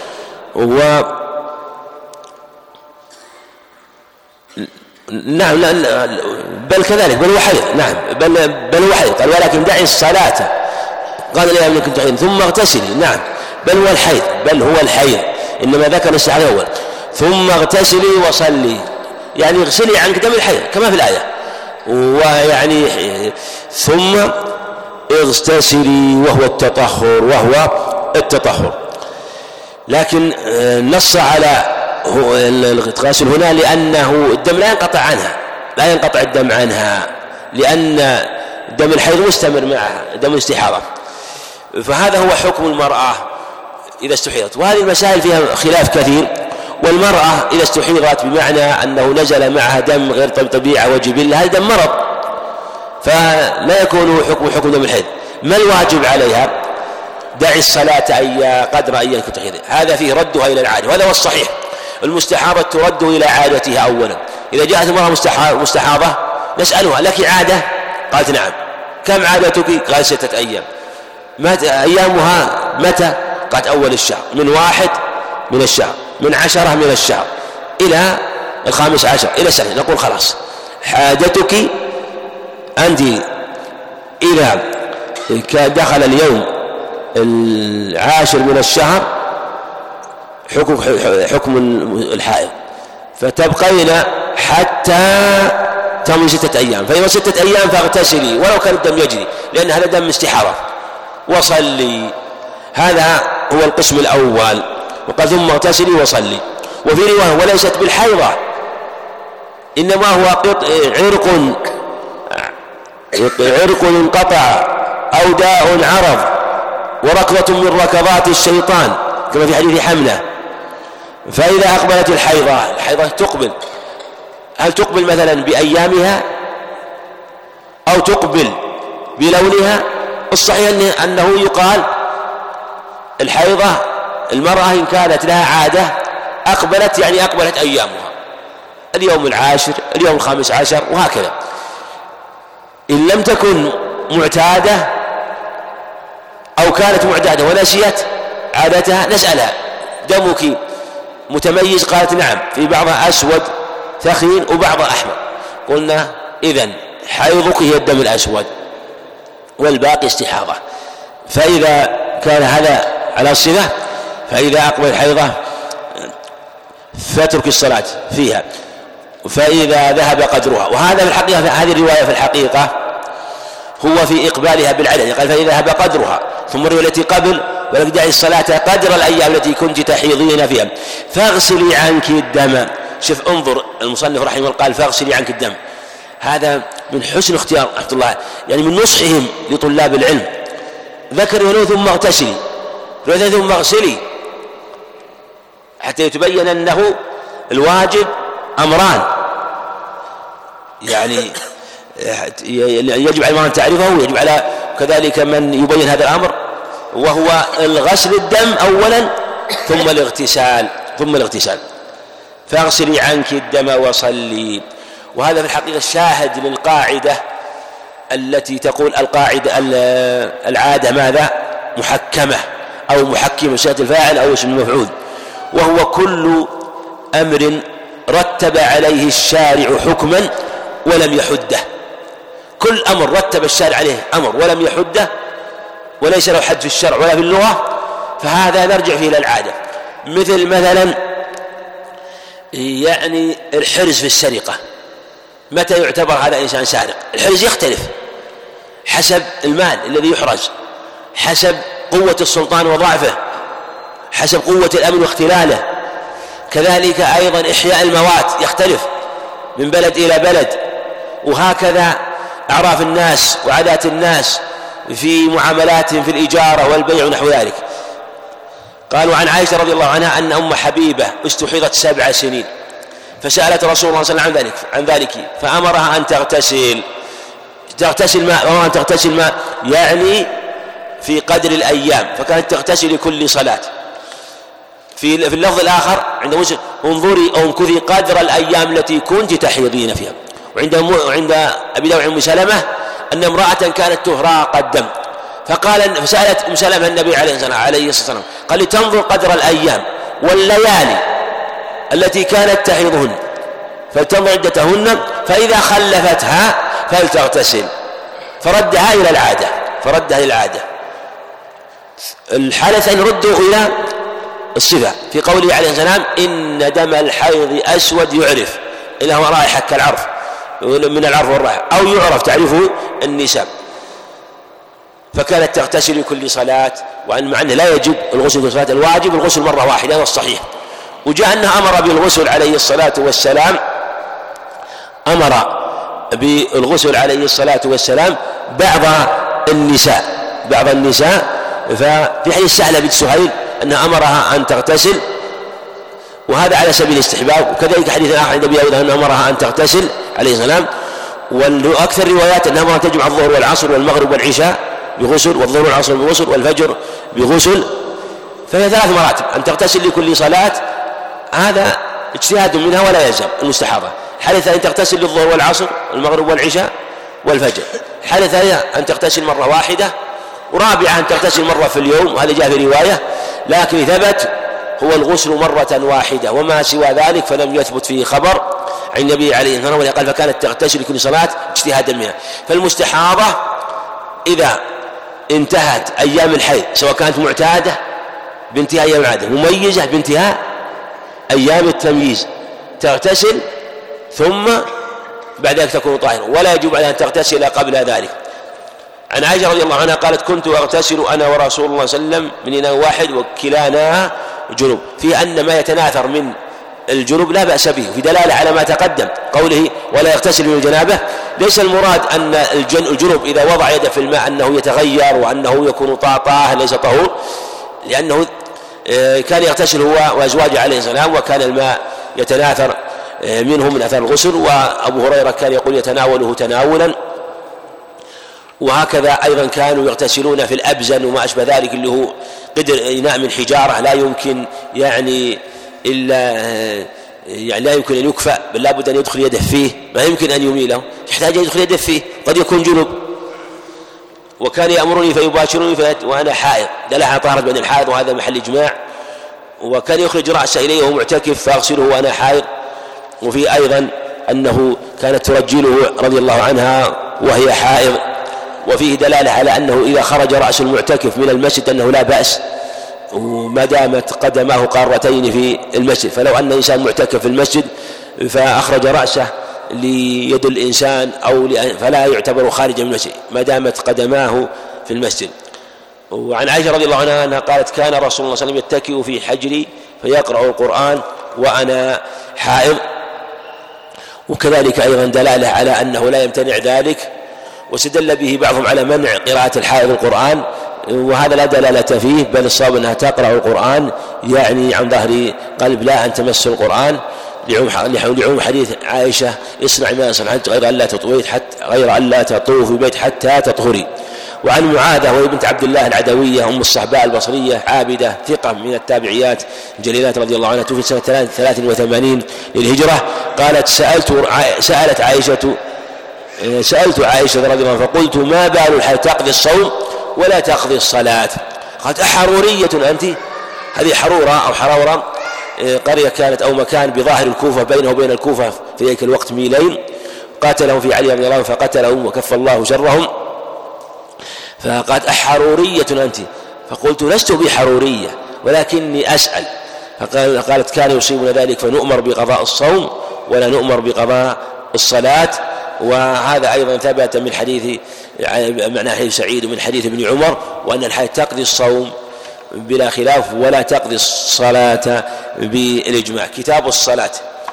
نعم، بل كذلك بل هو حيض. نعم، بل هو حيض. قال ولكن دعي الصلاة قال لها إنك كنت حيض ثم اغتسلي. نعم، بل هو الحيض إنما ذكر الاستحاضة أول. ثم اغتسلي وصلي، يعني اغسلي عنك دم الحيض كما في الآية، ويعني ثم اغتسلي وهو التطهر. لكن نص على الغسل هنا لأنه الدم لا ينقطع الدم عنها، لأن دم الحيض مستمر معها دم الاستحاضة. فهذا هو حكم المرأة إذا استحيضت، وهذه المسائل فيها خلاف كثير. والمرأة إذا استحيضت بمعنى أنه نزل معها دم غير طبيعة وجبلة، هذا دم مرض، فلا يكون حكم دم الحيض. ما الواجب عليها؟ دعي الصلاة قدر أيام كنت حيض، هذا فيه ردها إلى العادة، وهذا هو الصحيح. المستحاضة ترد إلى عادتها أولا. إذا جاءت المرأة مستحاضة نسألها لك عادة؟ قالت نعم. كم عادتك؟ قال 6 أيام. أيامها متى؟ قالت أول الشهر، من 1 من الشهر، من 10 من الشهر إلى 15 إلى سنة. نقول خلاص حاجتك أنت إذا دخل اليوم 10 من الشهر حكم الحائض، فتبقين حتى تمضي 6 أيام، فإذا 6 أيام فاغتسلي ولو كان الدم يجري، لأن هذا دم استحاضة، وصلي. هذا هو القسم الأول. وقال ثم اغتسلي وصلي. وفي رواية وليست بالحيضة، إنما هو عرق انقطع أو داء عرض وركضة من ركضات الشيطان، كما في حديث حملة. فإذا أقبلت الحيضة تقبل، هل تقبل مثلا بأيامها أو تقبل بلونها؟ الصحيح أنه يقال الحيضة المرأة إن كانت لها عادة أقبلت، يعني أقبلت أيامها، اليوم 10 اليوم 15 وهكذا. إن لم تكن معتادة أو كانت معتادة ونسيت عادتها نسألها دمك متميز؟ قالت نعم، في بعضها أسود ثخين وبعضها أحمر. قلنا إذن حيضك هي الدم الأسود والباقي استحاضة. فإذا كان هذا على الصفة، فإذا أقبل الحيضة فاترك الصلاة فيها، فإذا ذهب قدرها. وهذا في الحقيقة، هذه الرواية في الحقيقة هو في إقبالها بالعدد، قال فإذا ذهب قدرها، ثم الرواية التي قبل ولك دعي الصلاة قدر الأيام التي كنت تحيضين فيها فاغسلي عنك الدم. شوف انظر المصنف رحمه الله قال فاغسلي عنك الدم، هذا من حسن اختيار رحمة الله، يعني من نصحهم لطلاب العلم. ذكر له ثم اغتسلي، ثم اغسلي، حتى يتبين أنه الواجب أمران، يعني يجب على من تعرفه، ويجب على كذلك من يبين هذا الأمر، وهو الغسل الدم أولا ثم الاغتسال. فاغسلي عنك الدم وصلي. وهذا في الحقيقة شاهد للقاعدة التي تقول القاعدة العادة ماذا؟ محكمة أو محكمة، صيغة الفاعل أو اسم المفعول، وهو كل أمر رتب عليه الشارع حكما ولم يحده. كل أمر رتب الشارع عليه أمر ولم يحده وليس له حد في الشرع ولا في اللغة، فهذا نرجع فيه إلى العادة. مثلا يعني الحرز في السرقة، متى يعتبر هذا إنسان سارق؟ الحرز يختلف حسب المال الذي يحرز، حسب قوة السلطان وضعفه، حسب قوة الأمن واختلاله. كذلك أيضا إحياء الموات يختلف من بلد إلى بلد، وهكذا أعراف الناس وعادات الناس في معاملاتهم في الإجارة والبيع ونحو ذلك. قالوا عن عائشة رضي الله عنها أن أم حبيبة استحيضت 7 سنين، فسألت رسول الله صلى الله عليه وسلم عن ذلك فأمرها أن تغتسل ماء، تغتسل ماء يعني في قدر الأيام، فكانت تغتسل لكل صلاة. في اللفظ الآخر عند مسلم انظري أو امكثي قدر الأيام التي كنت تحيضين فيها. وعند أبي داود عن أم سلمة أن امرأة كانت تهراق الدم، فسألت أم سلمة النبي عليه الصلاة والسلام قال لتنظر قدر الأيام والليالي التي كانت تحيضهن فلتنظر عدتهن، فإذا خلفتها فلتغتسل. فردها إلى العادة. الحالتين ردوا إلى الصفة في قوله عليه السلام إن دم الحيض أسود يعرف، إنه رائحة كالعرف من العرف والرائحة، أو يعرف تعرفه النساء. فكانت تغتسل لكل صلاة، وأن مع أنه لا يجب الغسل في صلاة، الواجب الغسل مرة واحدة، هذا الصحيح. وجاء أنه أمر بالغسل عليه الصلاة والسلام، بعض النساء ففي حديث سهلة بنت سهيل أنه أمرها أن تغتسل، وهذا على سبيل الاستحباب. وكذلك حديث آخر عند أبي داود أنه أمرها أن تغتسل عليه السلام. وأكثر الروايات أنها أمرها تجمع الظهر والعصر والمغرب والعشاء بغسل، والظهر والعصر بغسل، والفجر بغسل. فهي 3 مراتب، أن تغتسل لكل صلاة، هذا اجتهاد منها ولا يلزم المستحاضة. الحالة الثانية أن تغتسل للظهر والعصر والمغرب والعشاء والفجر. الحالة الثانية أن تغتسل مرة واحدة. ورابعة أن تغتسل مرة في اليوم، وهذا جاء في رواية، لكن ثبت هو الغسل مرة واحدة، وما سوى ذلك فلم يثبت فيه خبر عن النبي عليه الصلاة والسلام. قال فكانت تغتسل لكل صلاة اجتهادا منها. فالمستحاضة إذا انتهت أيام الحيض، سواء كانت معتادة بانتهاء أيام العادة، مميزة بانتهاء أيام التمييز، تغتسل ثم بعد ذلك تكون طاهرا، ولا يجب عليها أن تغتسل قبل ذلك. عن عائشة رضي الله عنها قالت: كنت أغتسل أنا ورسول الله صلى الله عليه وسلم من إناء واحد وكلانا جنوب، في أن ما يتناثر من الجنوب لا بأس به، في دلالة على ما تقدم قوله ولا يغتسل من الجنابة. ليس المراد أن الجنوب إذا وضع يده في الماء أنه يتغير وأنه يكون طاهر، ليس طهور، لأنه كان يغتسل هو وأزواجه عليه السلام وكان الماء يتناثر منه من أثر الغسل، وأبو هريرة كان يقول يتناوله تناولا. وهكذا أيضا كانوا يغتسلون في الأبزن وما أشبه ذلك اللي هو قدر إناء من حجارة لا يمكن لا يمكن أن يكفأ، بل لا بد أن يدخل يده فيه، ما يمكن أن يميله، يحتاج أن يدخل يده فيه، قد يكون جنب. وكان يأمرني فيباشرني وأنا حائض، دل على طهارة بين الحائض وهذا محل إجماع. وكان يخرج رأسه إليه وهو معتكف فأغسله وأنا حائض. وفي أيضا أنه كانت ترجله رضي الله عنها وهي حائض، وفيه دلالة على أنه إذا خرج رأس المعتكف من المسجد أنه لا بأس وما دامت قدماه قارتين في المسجد. فلو أن إنسان معتكف في المسجد فأخرج رأسه ليد الإنسان فلا يعتبر خارجا من المسجد ما دامت قدماه في المسجد. وعن عائشة رضي الله عنها أنها قالت: كان رسول الله صلى الله عليه وسلم يتكئ في حجري فيقرأ القرآن وأنا حائض. وكذلك أيضا دلالة على أنه لا يمتنع ذلك، واستدل به بعضهم على منع قراءة الحائض القرآن، وهذا لا دلالة فيه، بل الصواب أنها تقرأ القرآن يعني عن ظهر قلب لا أن تمس القرآن، لعموم حديث عائشة: اصنع ما يصنع غير أن لا تطوف في بيت حتى تطهري. وعن معاذة وهي بنت عبد الله العدوية أم الصحباء البصرية عابدة ثقة من التابعيات الجليلات رضي الله عنها، توفي سنة 83 للهجرة، قالت: سألت عائشة رضي الله عنها فقلت: ما بال الحال تقضي الصوم ولا تقضي الصلاة؟ قالت: أحرورية أنت؟ هذه حرورة أو حرورة قرية كانت أو مكان بظاهر الكوفة، بينه وبين الكوفة في ذلك الوقت ميلين، قاتلهم في علي رضي الله عنه فقتلهم وكف الله شرهم. فقالت: أحرورية أنت؟ فقلت: لست بحرورية ولكني أسأل. فقالت: كان يصيبنا ذلك فنؤمر بقضاء الصوم ولا نؤمر بقضاء الصلاة. وهذا أيضا ثبت من حديث معنى حديث سعيد ومن حديث ابن عمر، وأن الحائض تقضي الصوم بلا خلاف ولا تقضي الصلاة بالإجماع. كتاب الصلاة.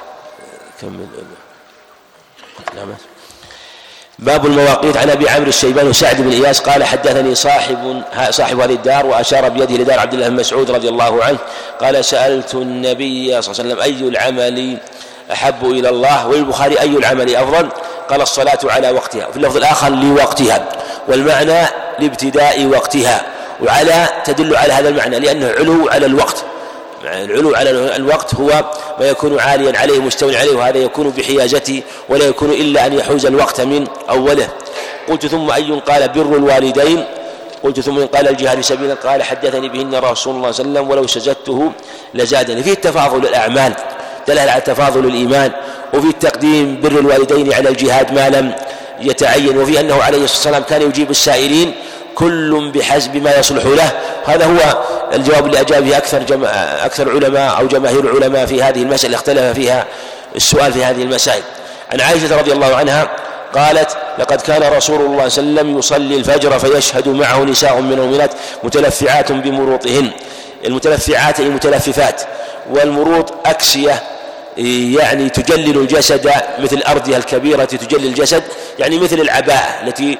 باب المواقيت. عن أبي عمرو الشيباني وسعد بن إياس قال: حدثني صاحب هذه الدار، وأشار بيده لدار عبد الله بن مسعود رضي الله عنه قال: سألت النبي صلى الله عليه وسلم: أي العمل أحب إلى الله؟ وللبخاري: أي العمل أفضل؟ قال: الصلاة على وقتها. في اللفظ الآخر: لوقتها، والمعنى لابتداء وقتها. وعلى تدل على هذا المعنى لأنه علو على الوقت، العلو على الوقت هو ما يكون عاليا عليه مستوى عليه، وهذا يكون بحيازته ولا يكون إلا أن يحوز الوقت من أوله. قلت: ثم أي؟ قال: بر الوالدين. قلت: ثم قال: الجهاد في سبيل الله. قال: حدثني بهن رسول الله صلى الله عليه وسلم ولو سجدته لزادني. فيه التفاضل الأعمال، دلالة على تفاضل الإيمان، وفي التقديم بر الوالدين على الجهاد ما لم يتعين، وفي أنه عليه الصلاة والسلام كان يجيب السائلين كل بحسب ما يصلح له. هذا هو الجواب اللي أجاب فيه أكثر علماء أو جماهير العلماء في هذه المسألة، اختلف فيها السؤال في هذه المسائل. عن عائشة رضي الله عنها قالت: لقد كان رسول الله صلى الله عليه وسلم يصلي الفجر فيشهد معه نساء من المؤمنات متلفعات بمروطهن. المتلفعات أي متلففات، والمروط أكسية يعني تجلل الجسد، مثل الأردية الكبيرة تجلل الجسد، يعني مثل العباءة التي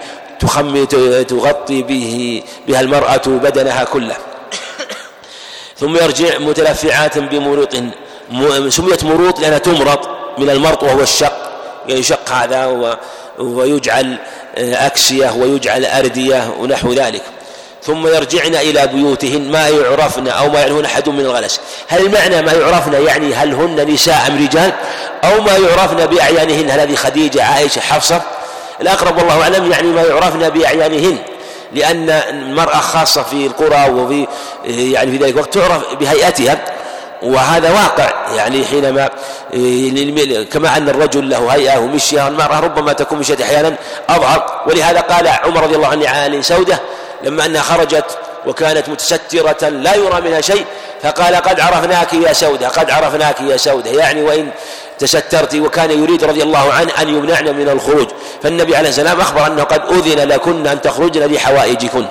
تغطي بها المرأة بدنها كله. ثم يرجع متلفعات بمروط. سميت مروط لأنها تمرط من المرط وهو الشق، يشق هذا ويجعل أكسية ويجعل أردية ونحو ذلك. ثم يرجعن إلى بيوتهن ما يعرفن أو ما يعرفن أحد من الغلس. هل المعنى ما يعرفن يعني هل هن نساء أم رجال، أو ما يعرفن بأعيانهن؟ هذه خديجة، عائشة، حفصة. الأقرب والله أعلم يعني ما يعرفن بأعيانهن، لأن المرأة خاصة في القرى وفي يعني في ذلك الوقت تعرف بهيئتها، وهذا واقع يعني حينما كما أن الرجل له هيئة ومشية، المرأة ربما تكون مشية أحيانا أظهر. ولهذا قال عمر رضي الله عنه عن سودة لما أنها خرجت وكانت متسترة لا يرى منها شيء، فقال قد عرفناك يا سودة، قد عرفناك يا سودة، يعني وإن تسترت. وكان يريد رضي الله عنه أن يمنعن من الخروج، فالنبي عليه السلام أخبر أنه قد أذن لكن أن تخرجن لحوائجكن.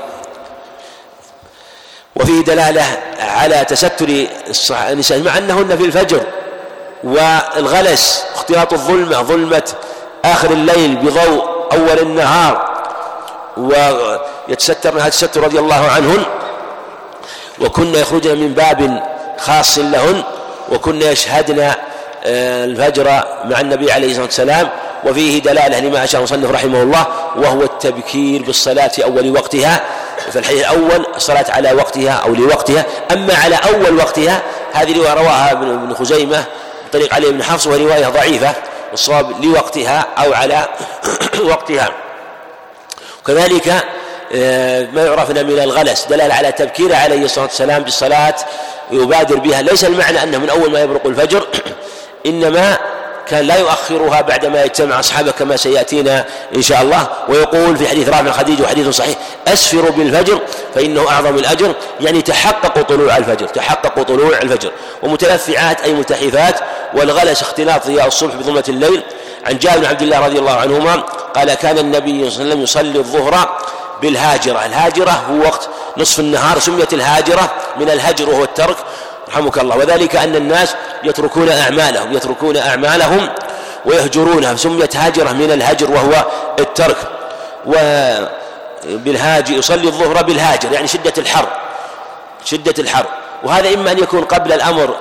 وفيه دلالة على تستر النساء مع أنهن في الفجر والغلس، اختلاط الظلمة، ظلمة آخر الليل بضوء أول النهار، ويتسترن تستر رضي الله عنهن، وكنا يخرجن من باب خاص لهن، وكنا يشهدن الفجر مع النبي عليه الصلاة والسلام. وفيه دلالة لما أشار المصنف رحمه الله، وهو التبكير بالصلاة في أول وقتها. في الحديث الأول الصلاة على وقتها أو لوقتها، أما على أول وقتها هذه رواية رواها ابن خزيمة بطريق علي بن حفص، وهي رواية ضعيفة، والصواب لوقتها أو على وقتها. وكذلك ما يعرفنا من الغلس دلالة على تبكير عليه الصلاة والسلام بالصلاة يبادر بها. ليس المعنى أنه من أول ما يبرق الفجر، إنما كان لا يؤخرها بعدما يجتمع أصحابه كما سيأتينا إن شاء الله. ويقول في حديث رافع الخديج وحديث صحيح: أسفروا بالفجر فإنه أعظم الأجر، يعني تحققوا طلوع الفجر، تحققوا طلوع الفجر. ومتلفعات أي ملتحفات، والغلس اختلاط ضياء الصبح بظلمة الليل. عن جابر بن عبد الله رضي الله عنهما قال: كان النبي صلى الله عليه وسلم يصلي الظهر بالهاجرة. الهاجرة هو وقت نصف النهار، سميت الهاجرة من الهجر وهو الترك رحمك الله، وذلك أن الناس يتركون أعمالهم ويهجرونها، سميت هاجرة من الهجر وهو الترك. وبالهاجر يصلي الظهر بالهاجر، يعني شدة الحر، وهذا إما أن يكون قبل الأمر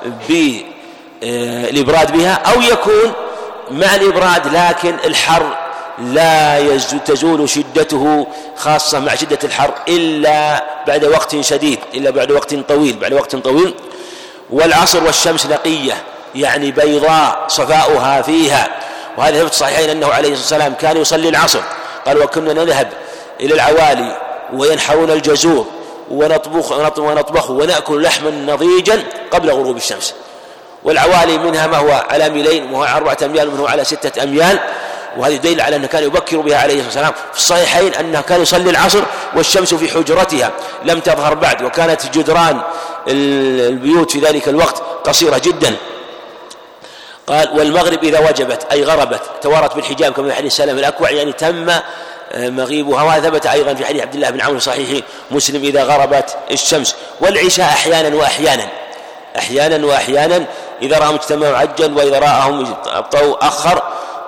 بالإبراد بها، أو يكون مع الإبراد لكن الحر لا تزول شدته، خاصة مع شدة الحر، إلا بعد وقت شديد، إلا بعد وقت طويل. والعصر والشمس نقية، يعني بيضاء صفاؤها فيها. وهذا ثبت الصحيحين أنه عليه الصلاة والسلام كان يصلي العصر، قال: وكنا نذهب إلى العوالي وينحرون الجزور ونطبخ ونأكل لحما نضيجا قبل غروب الشمس. والعوالي منها ما هو على ميلين، وهو 4 أميال، ومنه على 6 أميال. وهذا دليل على أنه كان يبكر بها عليه الصلاة والسلام. في الصحيحين أنه كان يصلي العصر والشمس في حجرتها لم تظهر بعد، وكانت جدران البيوت في ذلك الوقت قصيرة جدا. قال: والمغرب إذا وجبت أي غربت توارت بالحجاب، كما في حديث سلمة الأكوع، يعني تم مغيبها. وهذا ثبت أيضا في حديث عبد الله بن عمرو صحيح مسلم: إذا غربت الشمس. والعشاء أحيانا وأحيانا، إذا رأهم اجتمعوا عجل، وإذا رأهم أبطأوا أخر.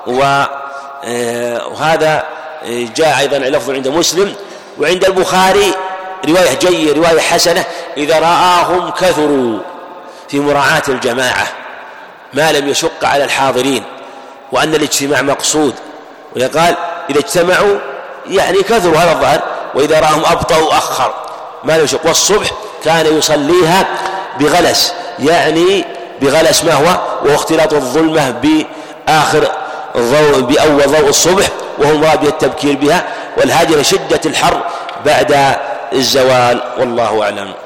وهذا جاء أيضا لفظ عند مسلم. وعند البخاري رواية جيدة، رواية حسنة: إذا رآهم كثروا، في مراعاة الجماعة ما لم يشق على الحاضرين، وأن الاجتماع مقصود. ويقال إذا اجتمعوا يعني كثروا، هذا الظاهر. وإذا رآهم أبطأوا أخر ما لم يشق. والصبح كان يصليها بغلس، يعني بغلس ما هو اختلاط الظلمة بآخر بأول ضوء الصبح، وهو مراد بالتبكير بها. والهاجر شدة الحر بعد الزوال، والله أعلم.